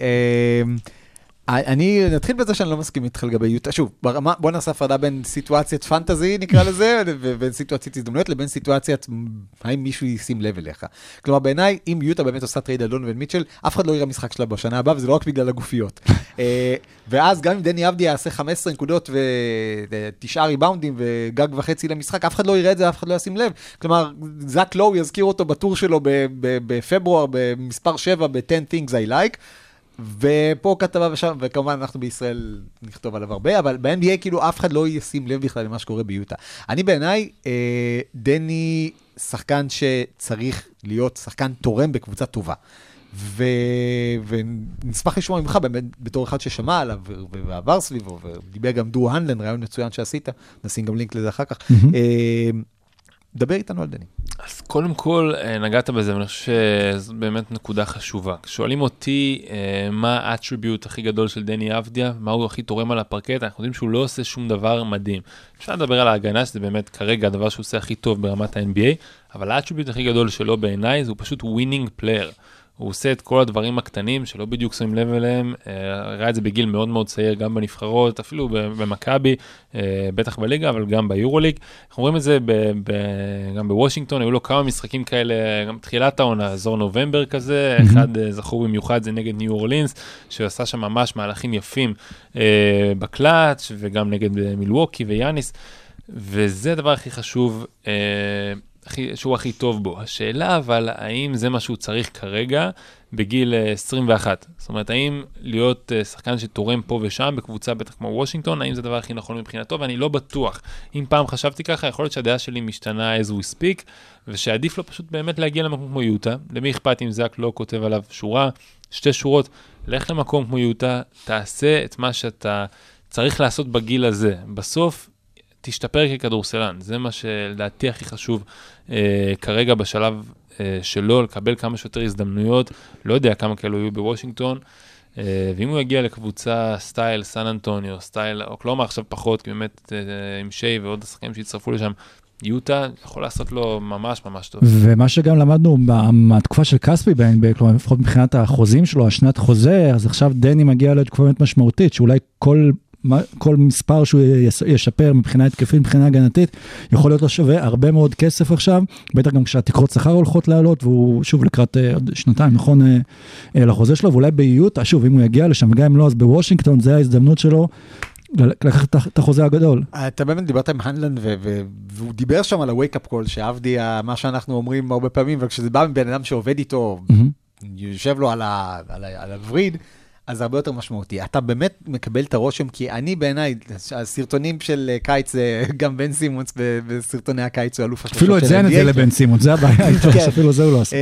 [SPEAKER 4] אני נתחיל בזה שאני לא מסכים איתך לגבי יוטה. שוב, בוא נעשה הפרדה בין סיטואציית פנטזי, נקרא לזה, ובין סיטואציית הזדמנויות, לבין סיטואציית, האם מישהו ישים לב אליך. כלומר, בעיניי, אם יוטה באמת עושה טרייד על דונובין מיטשל, אף אחד לא יראה משחק שלה בשנה הבאה, וזה לא רק בגלל הגופיות. ואז גם אם דני אבדיה יעשה חמש עשרה נקודות ותשעה ריבאונדים וגג וחצי למשחק, אף אחד לא יראה את זה, אף אחד לא ישים לב. כלומר, זק לואו יזכיר אותו בטור שלו בפברואר, במספר שבע, ב-ten things I like. ופה כתבה ושם, וכמובן אנחנו בישראל נכתוב עליו הרבה, אבל ב-אן בי איי כאילו אף אחד לא ישים לב בכלל למה שקורה ביוטה. אני בעיניי, אה, דני שחקן שצריך להיות שחקן תורם בקבוצה טובה. ו... ונשמח לשמוע ממך באמת בתור אחד ששמע עליו ועבר סביבו, ודיבר גם דרו הנלן, רעיון מצוין שעשית, נשים גם לינק לזה אחר כך. Mm-hmm. אה, דבר איתנו על דני.
[SPEAKER 6] אז קודם כל, נגעת בזה, ואני חושב שזו באמת נקודה חשובה. כששואלים אותי מה האטריביוט הכי גדול של דני אבדיה, מה הוא הכי תורם על הפרקט, אנחנו יודעים שהוא לא עושה שום דבר מדהים. אפשר לדבר על ההגנה, שזה באמת כרגע הדבר שהוא עושה הכי טוב ברמת ה-אן בי איי, אבל האטריביוט הכי גדול שלו בעיניי, זה הוא פשוט ווינינג פלייר. הוא עושה את כל הדברים הקטנים שלא בדיוק שמים לב אליהם, ראה את זה בגיל מאוד מאוד צעיר, גם בנבחרות, אפילו במכבי, בטח בליגה, אבל גם ביורוליג. אנחנו רואים את זה גם בוושינגטון, היו לו כמה משחקים כאלה, גם תחילת העונה, אזור נובמבר כזה, אחד זכור במיוחד זה נגד ניו אורלינס, שעשה שם ממש מהלכים יפים בקלאץ' וגם נגד מילווקי ויאניס, וזה הדבר הכי חשוב, שהוא הכי טוב בו. השאלה אבל, האם זה מה שהוא צריך כרגע בגיל עשרים ואחת? זאת אומרת, האם להיות שחקן שתורם פה ושם בקבוצה בטח כמו וושינגטון, האם זה הדבר הכי נכון מבחינתו? ואני לא בטוח. אם פעם חשבתי ככה, יכול להיות שהדעה שלי משתנה as we speak, ושעדיף לו פשוט באמת להגיע למקום כמו יוטה. למי אכפת אם זק לא כותב עליו שורה, שתי שורות, לך למקום כמו יוטה, תעשה את מה שאתה צריך לעשות בגיל הזה. בסוף, תשתפר ככדורסלן, זה מה שלדעתי הכי חשוב אה, כרגע בשלב אה, שלו, לקבל כמה שיותר הזדמנויות, לא יודע כמה כאלו יהיו בוושינגטון, אה, ואם הוא יגיע לקבוצה סטייל סן אנטוניו, סטייל אוקלאומה עכשיו פחות, כי באמת אה, עם שי ועוד השחקנים שהצטרפו לשם, יוטה יכול לעשות לו ממש ממש טוב.
[SPEAKER 3] ומה שגם למדנו מהתקופה של קספי, כלומר, לפחות מבחינת החוזים שלו, השנת חוזה, אז עכשיו דני מגיע לתקופה באמת משמעותית, שאולי כל כל מספר שהוא ישפר מבחינה התקפית, מבחינה הגנתית, יכול להיות לו שווה הרבה מאוד כסף עכשיו, בטח גם כשהתקרות שכר הולכות לעלות, והוא שוב לקראת עוד שנתיים, נכון, לחוזה שלו, ואולי ביוטה, שוב, אם הוא יגיע לשם, וגם אם לא, אז בוושינגטון, זה ההזדמנות שלו, לקחת את החוזה הגדול.
[SPEAKER 4] אתה באמת דיברת עם הנלן, והוא דיבר שם על ה-wake up call, שעבדי, מה שאנחנו אומרים הרבה פעמים, וכשזה בא מבן אדם שעובד איתו, יושב לו על הווריד, אז זה הרבה יותר משמעותי. אתה באמת מקבל את הרושם, כי אני בעיניי, הסרטונים של קיץ, גם בן סימונס בסרטוני הקיץ, הוא אלוף השלושות של
[SPEAKER 3] אפילו את זה נתן לבן סימונס, זה הבעיה איתו, אפילו זה הוא לא עושה.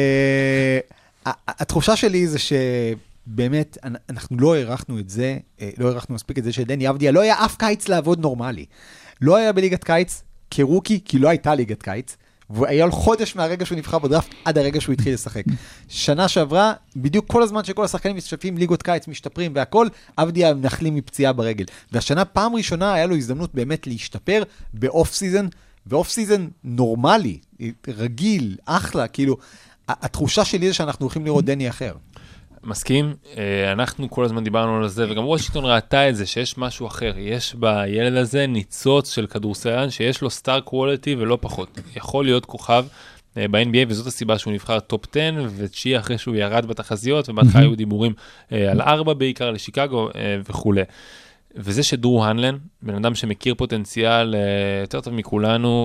[SPEAKER 4] התחושה שלי זה שבאמת, אנחנו לא הערכנו את זה, לא הערכנו מספיק את זה שדני אבדיה לא היה אף קיץ לעבוד נורמלי. לא היה בליגת קיץ כרוקי, כי לא הייתה ליגת קיץ, והיה לו חודש מהרגע שהוא נבחר בדראפט, עד הרגע שהוא התחיל לשחק. שנה שעברה, בדיוק כל הזמן שכל השחקנים משתפים ליגות קיץ, משתפרים והכל, אבדיה נחלים מפציעה ברגל. והשנה פעם ראשונה היה לו הזדמנות באמת להשתפר באוף סיזן, באוף סיזן נורמלי, רגיל, אחלה, כאילו, התחושה שלי זה שאנחנו הולכים לראות דני אחר.
[SPEAKER 6] מסכים, אנחנו כל הזמן דיברנו על זה, וגם וושינגטון ראתה את זה, שיש משהו אחר, יש בילד הזה ניצוץ של כדורסלן, שיש לו סטאר קואליטי ולא פחות. יכול להיות כוכב ב-אן בי איי, וזאת הסיבה שהוא נבחר טופ עשר, ותשיעי אחרי שהוא ירד בתחזיות, ובהתחלה היו דיבורים על ארבע בעיקר לשיקגו וכו'. וזה שדרו הנלן, בן אדם שמכיר פוטנציאל יותר טוב מכולנו,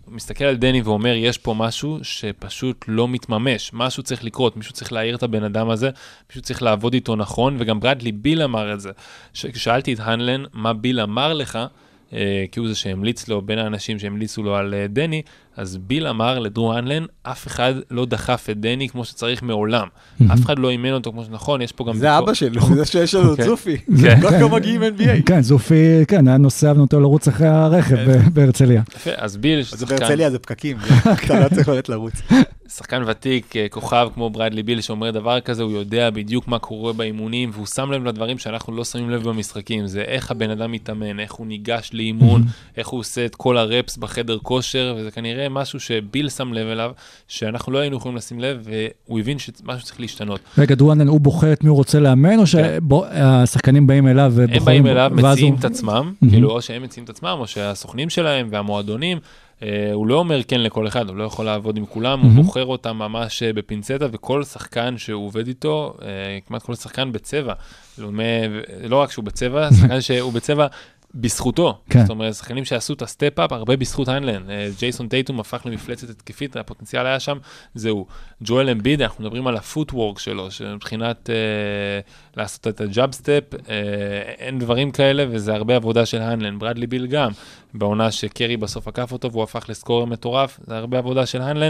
[SPEAKER 6] מסתכל על דני ואומר, יש פה משהו שפשוט לא מתממש, משהו צריך לקרות, מישהו צריך להעיר את הבן אדם הזה, מישהו צריך לעבוד איתו נכון, וגם ברדלי ביל אמר את זה. כששאלתי את הנלן, מה ביל אמר לך, כי הוא זה שהמליץ לו, בין האנשים שהמליצו לו על דני, אז ביל אמר לדרו הנלן, אף אחד לא דחף את דני כמו שצריך מעולם. אף אחד לא אימן אותו כמו שנכון, יש פה גם...
[SPEAKER 4] זה אבא שלו, זה שיש לנו צופי. לא כמו מגיעים אן בי איי.
[SPEAKER 3] כן, זופי, כן, היה נוסע ונותו לרוץ אחרי הרכב בהרצליה.
[SPEAKER 6] יפה, אז ביל...
[SPEAKER 4] אז בהרצליה זה פקקים, אתה לא צריך ללכת לרוץ.
[SPEAKER 6] שחקן ותיק, כוכב כמו ברדלי ביל שאומר דבר כזה, הוא יודע בדיוק מה קורה באימונים, והוא שם לב לדברים שאנחנו לא שמים לב במשחקים. זה איך הבן אדם מתאמן, איך הוא ניגש לאימון, איך הוא עושה את כל הרפס בחדר כושר, וזה כנראה משהו שביל שם לב אליו, שאנחנו לא היינו יכולים לשים לב, והוא הבין שמשהו צריך להשתנות.
[SPEAKER 3] רגע, דואנן, הוא בוחר את מי הוא רוצה לאמן, או שהשחקנים באים אליו ובוחרים...
[SPEAKER 6] הם באים אליו, מציעים את עצמם, כאילו, או שהם מציעים את עצמם, או שהסוכנים שלהם והמועדונים, הוא לא אומר כן לכל אחד, הוא לא יכול לעבוד עם כולם, הוא בוחר אותם ממש בפינצטה, וכל שחקן שהוא עובד איתו, כמעט כל שחקן בצבע, לא רק שהוא בצבע, שחקן שהוא בצבע בזכותו, זאת אומרת, שחקנים שעשו את הסטפ-אפ, הרבה בזכות הנלן, ג'ייסון טייטום הפך למפלצת התקפית, הפוטנציאל היה שם, זהו, ג'ואל אמביד, אנחנו מדברים על הפוטוורק שלו, שמבחינת לעשות את הג'אב סטפ, אין דברים כאלה, וזה הרבה עבודה של הנלן, ברדלי ביל גם, בעונה שקרי בסוף עקף אותו, והוא הפך לסקורר מטורף, זה הרבה עבודה של הנלן,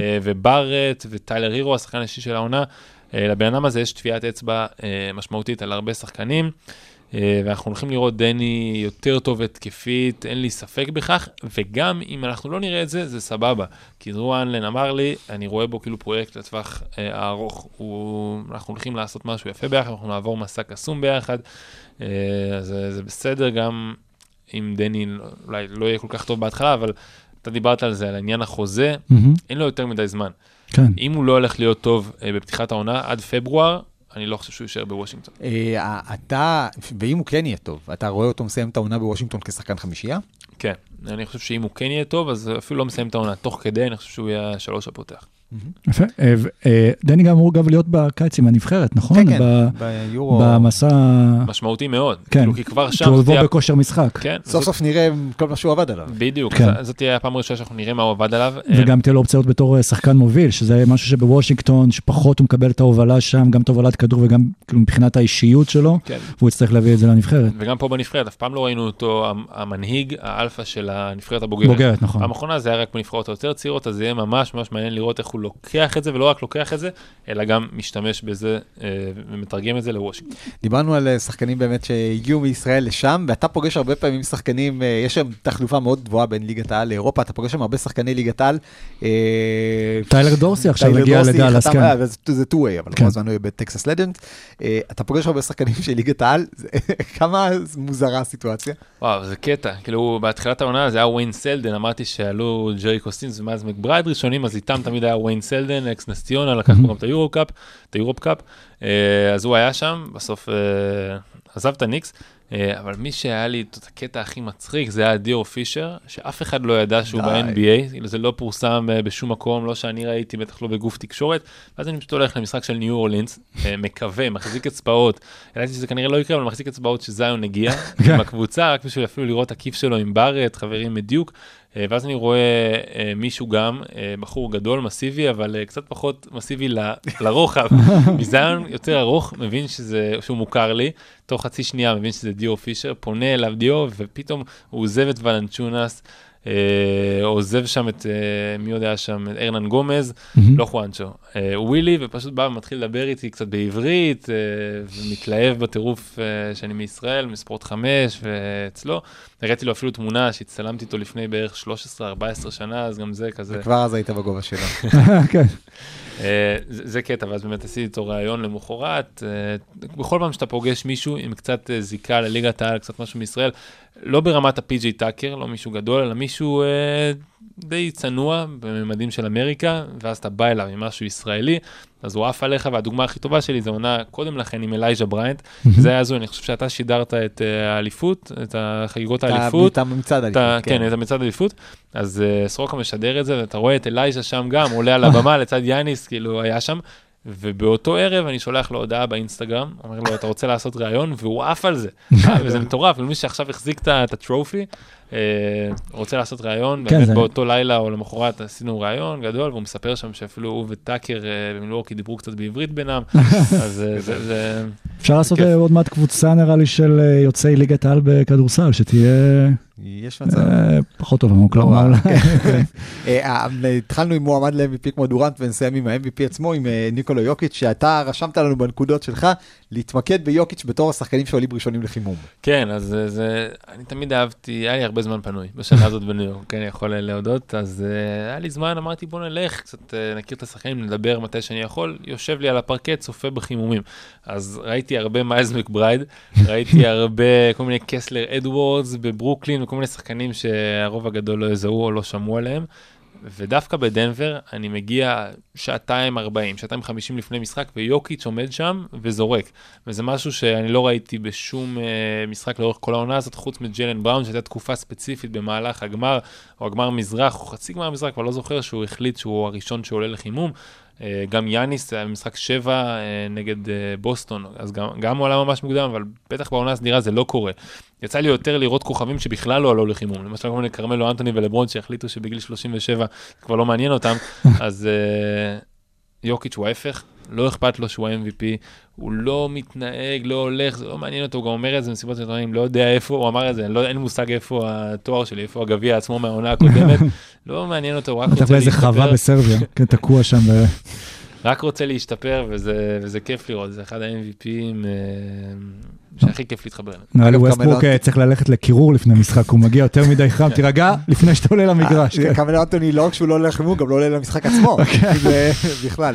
[SPEAKER 6] וברט וטיילר הירו, השחקן השני של העונה, לבן אדם הזה יש תביעת אצבע משמעותית על הרבה שחקנים, ואנחנו הולכים לראות דני יותר טוב התקפית, אין לי ספק בכך, וגם אם אנחנו לא נראה את זה, זה סבבה. כי דרו הנלן אמר לי, אני רואה בו כאילו פרויקט לטווח הארוך, הוא, אנחנו הולכים לעשות משהו יפה ביחד, אנחנו נעבור מסע קסום ביחד, אז זה, זה בסדר גם אם דני אולי לא יהיה כל כך טוב בהתחלה, אבל אתה דיברת על זה, על העניין החוזה, mm-hmm. אין לו יותר מדי זמן.
[SPEAKER 3] כן.
[SPEAKER 6] אם הוא לא הולך להיות טוב בפתיחת העונה עד פברואר, אני לא חושב שהוא יישאר בוושינגטון.
[SPEAKER 4] אתה, ואם הוא כן יהיה טוב, אתה רואה אותו מסיים את העונה בוושינגטון כשחקן חמישייה?
[SPEAKER 6] כן, אני חושב שאם הוא כן יהיה טוב, אז אפילו לא מסיים את העונה. תוך כדי, אני חושב שהוא יהיה שלוש הפותח.
[SPEAKER 3] יפה. דני גם אמור גם להיות בקיץ עם הנבחרת, נכון?
[SPEAKER 4] כן, כן, ביורו.
[SPEAKER 3] במסע...
[SPEAKER 6] משמעותי מאוד.
[SPEAKER 3] כן,
[SPEAKER 6] כי כבר שם...
[SPEAKER 3] כי הוא עבור בכושר משחק.
[SPEAKER 4] סוף סוף נראה כל מה שהוא עבד עליו.
[SPEAKER 6] בדיוק, זאת תהיה הפעם הראשונה שאנחנו נראה מה הוא עבד עליו.
[SPEAKER 3] וגם תהיה לו אופציות בתור שחקן מוביל, שזה משהו שבוושינגטון, שפחות הוא מקבל את ההובלה שם, גם את הובלת כדור וגם מבחינת האישיות שלו, והוא יצטרך להביא את זה לנבחרת.
[SPEAKER 6] וגם פה בנבחרת, אף פעם לא ראינו אותו המנהיג, האלפא של הנבחרת הבוגרת.
[SPEAKER 3] בוגרת, נכון.
[SPEAKER 6] המכונה זה היה רק בנבחרות היותר צעירות, אז זה יהיה ממש ממש מעניין לראות איך הוא לוקח את זה, ולא רק לוקח את זה, אלא גם משתמש בזה ומתרגם את זה לוושינגטון.
[SPEAKER 4] דיברנו על שחקנים באמת שהגיעו מישראל לשם, ואתה פוגש הרבה פעמים שחקנים, יש שם תחלופה מאוד גבוהה בין ליגת העל לאירופה, אתה פוגש שם הרבה שחקני ליגת העל.
[SPEAKER 3] טיילר דורסי עכשיו הגיע לדאלאס, כן.
[SPEAKER 4] זה טו-ווי, אבל כמו זמן הוא בטקסס לג'נד. אתה פוגש הרבה שחקנים של ליגת העל, כמה מוזרה הסיטואציה?
[SPEAKER 6] וואו, זה קטע. כאילו, בהתחלת העונה זה היה וויין סלדן, אמרתי שעלו ג'רי קוסטינס ומאז מקברייד ראשונים, אז איתם תמיד היה וויין סלדן, אקס נסטיונה, לקחנו גם את היורופ קאפ, את היורופ קאפ, אז הוא היה שם, בסוף עזב את הניקס, אבל מי שהיה לי את הקטע הכי מצחיק, זה היה דיור פישר, שאף אחד לא ידע שהוא ב-אן בי איי, זה לא פורסם בשום מקום, לא שאני ראיתי, בטח לא בגוף תקשורת, ואז אני פשוט הולך למשחק של ניו אורלינס, מקווה, מחזיק אצבעות, ידעתי שזה כנראה לא יקרה, אבל מחזיק אצבעות שזיון הגיע, עם הקבוצה, רק בשביל אפילו לראות הכיף שלו עם ברט, חברים מדיוק, ואז אני רואה מישהו גם, בחור גדול, מסיבי, אבל קצת פחות מסיבי לרוחב, מזיון יותר ארוך, מבין שזה, שהוא מוכר לי, תוך חצי שנייה מבין שזה דיור פישר, פונה אליו דיור, ופתאום הוא עוזב את ולנצ'ונס, עוזב שם את, מי יודע שם, את ארנן גומז, לא חואנצ'ו, ווילי, ופשוט בא ומתחיל לדבר איתי קצת בעברית, ומתלהב בטירוף שאני מישראל, מספורט חמש, ואצלו, הראיתי לו אפילו תמונה שהצטלמתי איתו לפני בערך שלוש עשרה ארבע עשרה שנה, אז גם זה כזה.
[SPEAKER 4] וכבר אז היית בגובה שלו.
[SPEAKER 3] כן.
[SPEAKER 6] זה קטע, ואז באמת עשיתי איתו רעיון למחרת, בכל פעם שאתה פוגש מישהו עם קצת זיקה לליגת העל, קצת משהו מישראל, לא ברמת הפי ג'יי טאקר, לא מישהו גדול, אלא מישהו די צנוע בממדים של אמריקה, ואז אתה בא אליו עם משהו ישראלי, אז הוא עף עליך, והדוגמה הכי טובה שלי זה עונה קודם לכן עם אלייג'ה בריינט, זה היה זו, אני חושב שאתה שידרת את האליפות, את החגיגות האליפות.
[SPEAKER 4] את המצד האליפות.
[SPEAKER 6] כן, את המצד האליפות, אז סורוקה משדר את זה, ואתה רואה את אלייג'ה שם גם, עולה על הבמה לצד יאניס, כאילו היה שם, ובאותו ערב אני שולח לו הודעה באינסטגרם, אומר לו, אתה רוצה לעשות ראיון? והוא עף על זה. וזה מטורף, למי שעכשיו החזיק את הטרופי, רוצה לעשות ראיון, באמת באותו לילה או למחרת עשינו ראיון גדול, והוא מספר שם שאפילו הוא וטאקר במילווקי דיברו קצת בעברית בינם, אז זה...
[SPEAKER 3] אפשר לעשות עוד מעט קבוצה נראה לי של יוצאי ליגת העל בכדורסל, שתהיה...
[SPEAKER 4] יש מצב.
[SPEAKER 3] פחות טוב, כלומר.
[SPEAKER 4] התחלנו עם מועמד ל-אם וי פי כמו דורנט, ונסיים עם ה-אם וי פי עצמו, עם ניקולו יוקיץ', שאתה רשמת לנו בנקודות שלך, להתמקד ביוקיץ' בתור השחקנים שעולים ראשונים לחימום.
[SPEAKER 6] כן, אז אני תמיד אהבתי, היה לי הרבה זמן פנוי, בשנה הזאת בניו יורק, כן, יכול להודות, אז היה לי זמן, אמרתי בוא נלך, קצת נכיר את השחקנים, נדבר מתי שאני יכול, יושב לי על הפרקט, צופה בחימומים. אז ראיתי הרבה מיילס מקברייד, ראיתי הרבה כל מיני קסלר אדוורדס בברוקלין, וכל מיני שחקנים שהרוב הגדול לא יזהו או לא שמעו עליהם, ודווקא בדנבר אני מגיע שעתיים ארבעים, שעתיים חמישים לפני משחק, ויוקיץ' עומד שם וזורק. וזה משהו שאני לא ראיתי בשום uh, משחק לאורך כל העונה הזאת, חוץ מג'יילן בראון, שהייתה תקופה ספציפית במהלך הגמר, או הגמר מזרח, או חצי גמר מזרח, אבל לא זוכר שהוא החליט שהוא הראשון שעולה לחימום. Uh, גם יאניס, היה משחק שבע uh, נגד uh, בוסטון, אז גם, גם הוא עלה ממש מוקדם, אבל בטח בעונה הסדירה זה לא קורה. יצא לי יותר לראות כוכבים שבכלל לא עלו לחימום, למשל כל מיני קרמלו, אנטוני ולברון שהחליטו שבגיל שלושים ושבע כבר לא מעניין אותם, אז uh, יוקיץ' הוא ההפך, לא אכפת לו שהוא ה-אם וי פי, הוא לא מתנהג, לא הולך, זה לא מעניין אותו, הוא גם אומר את זה מסיבות עיתונאים, לא יודע איפה, הוא אמר את זה, לא, אין לי מושג איפה התואר שלי, איפה הגביע עצמו מהעונה הקודמת, לא מעניין אותו, הוא רק רוצה
[SPEAKER 3] להשתפר. אתה באיזה חווה בסרביה, כן, תקוע שם.
[SPEAKER 6] רק רוצה להשתפר, וזה, וזה כיף לראות, זה אחד ה-אם וי פי'ים שהכי כיף להתחבר.
[SPEAKER 3] נראה לי ווסטברוק צריך ללכת לקירור לפני משחק, הוא מגיע יותר מדי חם, תירגע לפני שאתה עולה למגרש.
[SPEAKER 4] קרמלו אנטוני לא רק שהוא לא עולה לחימום, גם לא עולה למשחק עצמו, בכלל.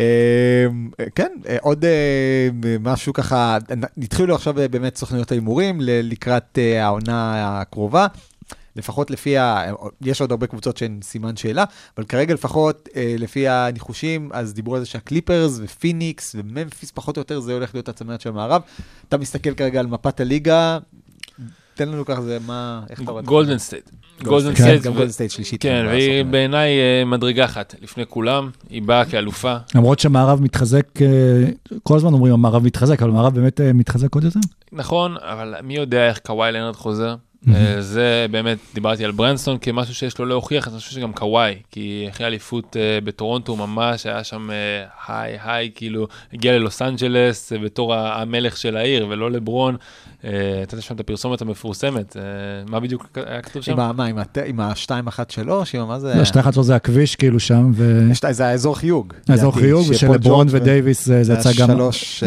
[SPEAKER 4] כן, עוד משהו ככה, נתחילו עכשיו באמת סוכנויות ההימורים לקראת העונה הקרובה, לפחות לפי, ה... יש עוד הרבה קבוצות שהן סימן שאלה, אבל כרגע לפחות לפי הניחושים, אז דיברו על זה שהקליפרס ופיניקס וממפיס פחות או יותר זה הולך להיות הצמרת של המערב. אתה מסתכל כרגע על מפת הליגה, תן לנו ככה זה מה, איך אתה רואה?
[SPEAKER 6] גולדן סטייט.
[SPEAKER 4] גולדן סטייט. גם גולדן סטייט שלישית.
[SPEAKER 6] כן, והיא בעיניי מדרגה אחת לפני כולם, היא באה כאלופה.
[SPEAKER 3] למרות שהמערב מתחזק, כל הזמן אומרים המערב מתחזק, אבל המערב באמת מתחזק עוד יותר?
[SPEAKER 6] נכון, אבל מי יודע איך קוואי לנרד חוזר? זה באמת, דיברתי על ברנסטון כמשהו שיש לו להוכיח, אני חושב שגם קוואי, כי אחרי אליפות בטורונטו ממש היה שם היי היי, כאילו הגיע ללוס אנג'לס בתור המלך של העיר, ולא לברון, אתה יודע שם את הפרסומת המפורסמת, מה בדיוק היה כתוב שם?
[SPEAKER 4] עם ה-שתיים אחת שלוש, עם מה זה?
[SPEAKER 3] ה-שתיים אחת שלוש זה הכביש כאילו שם,
[SPEAKER 4] זה האזור חיוג.
[SPEAKER 3] האזור חיוג, ושל לברון ודייביס זה יצא גם
[SPEAKER 4] שלוש,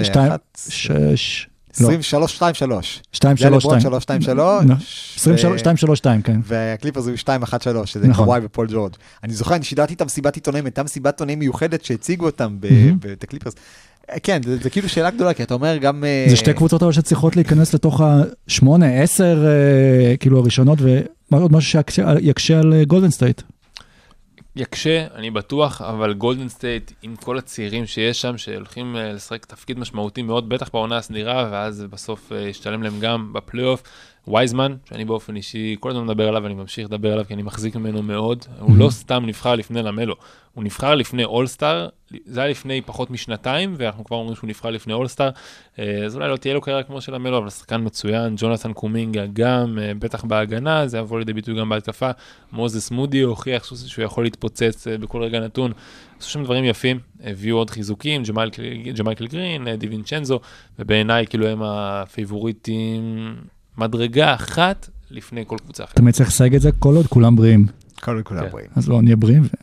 [SPEAKER 3] שש,
[SPEAKER 4] עשרים ושלוש שתיים שלוש.
[SPEAKER 3] שתיים שלוש שתיים.
[SPEAKER 4] שלוש שתיים שלוש.
[SPEAKER 3] שתיים שלוש שתיים, כן.
[SPEAKER 4] והקליפרס היו שתיים אחת שלוש, שזה קוואי ופול ג'ורג'. אני זוכר, אני שידרתי איתם סיבת עיתונאים, הייתה סיבת עיתונאים מיוחדת שהציגו אותם בקליפרס. כן, זה כאילו שאלה גדולה, כי אתה אומר גם...
[SPEAKER 3] זה שתי קבוצות אבל שצריכות להיכנס לתוך השמונה, עשר, כאילו הראשונות, ועוד משהו שיקשה על גולדן סטייט.
[SPEAKER 6] יקשה, אני בטוח, אבל גולדן סטייט עם כל הצעירים שיש שם, שהולכים לשחק תפקיד משמעותי מאוד, בטח בעונה הסדירה, ואז בסוף ישתלם להם גם בפלייאוף. וייזמן, שאני באופן אישי, כל הזמן מדבר עליו, ואני ממשיך לדבר עליו, כי אני מחזיק ממנו מאוד. הוא לא סתם נבחר לפני למלו, הוא נבחר לפני אולסטאר, זה היה לפני פחות משנתיים, ואנחנו כבר אומרים שהוא נבחר לפני אולסטאר, אז אולי לא תהיה לו קריירה כמו של למלו, אבל שחקן מצוין, ג'ונתן קומינגה גם, בטח בהגנה, זה יבוא לידי ביטוי גם בהתקפה, מוזס מודי הוכיח שהוא יכול להתפוצץ בכל רגע נתון, עשו שם דברים יפים, הביאו עוד חיזוקים, ג'מייקל גרין, דיווינצ'נזו, ובעיניי כאילו הם הפייבוריטים מדרגה אחת לפני כל קבוצה אחרת.
[SPEAKER 3] אתה צריך לסייג את זה כל עוד כולם בריאים.
[SPEAKER 4] כל עוד כולם בריאים.
[SPEAKER 3] אז לא, נהיה בריאים ו...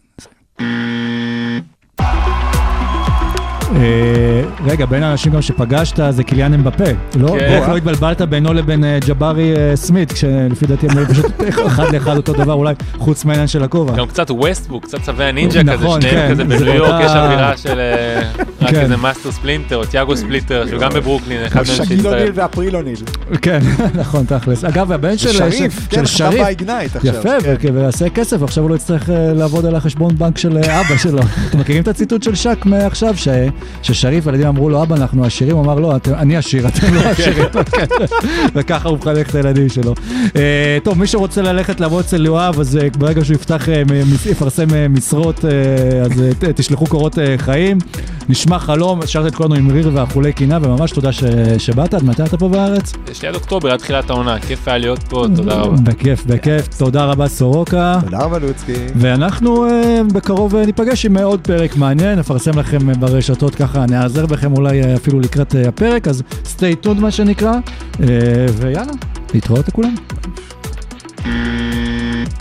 [SPEAKER 3] רגע, בין האנשים גם שפגשת זה קיליאן אמבפה. לא התבלבלת בינו לבין ג'בארי סמית, כשלפי דעתי הם פשוט אחד לאחד אותו דבר, אולי חוץ מהעניין של הכובע.
[SPEAKER 6] גם קצת ווסטבוק, קצת צווי הנינג'ה כזה, שניהם כזה בניו יורק, יש אווירה של רק איזה מאסטר ספלינטר או תיאגו ספלינטר, שהוא גם בברוקלין, אחד מהם שהצטרף.
[SPEAKER 4] שגיל אוניל ואפריל אוניל.
[SPEAKER 3] כן, נכון, תכלס. אגב, והבן של שריף, יפה, ועשה כסף, עכשיו הוא לא יצטרך לעבוד על החשבון בנק של אבא שלו. אתם מכירים את הציטוט של שק מעכשיו, ששריף, הילדים אמרו לו, אבא, אנחנו עשירים, הוא אמר, לא, אני עשיר, אתם לא עשירים. וככה הוא מחלק את הילדים שלו. טוב, מי שרוצה ללכת לעבוד אצל יואב, אז ברגע שהוא יפתח, יפרסם משרות, אז תשלחו קורות חיים. נשמע חלום, השארת את כולנו עם ריר ואכולי קינה, וממש תודה ש... שבאת, עד מתי אתה פה בארץ?
[SPEAKER 6] יש לי עד אוקטובר, עד תחילת העונה, כיף היה להיות פה, תודה רבה.
[SPEAKER 3] בכיף, בכיף, תודה רבה סורוקה.
[SPEAKER 4] תודה רבה לוצקי.
[SPEAKER 3] ואנחנו בקרוב ניפגש עם עוד פרק מעניין, נפרסם לכם ברשתות ככה, נעזר בכם אולי אפילו לקראת הפרק, אז stay tuned מה שנקרא, ויאללה, להתראות לכולם.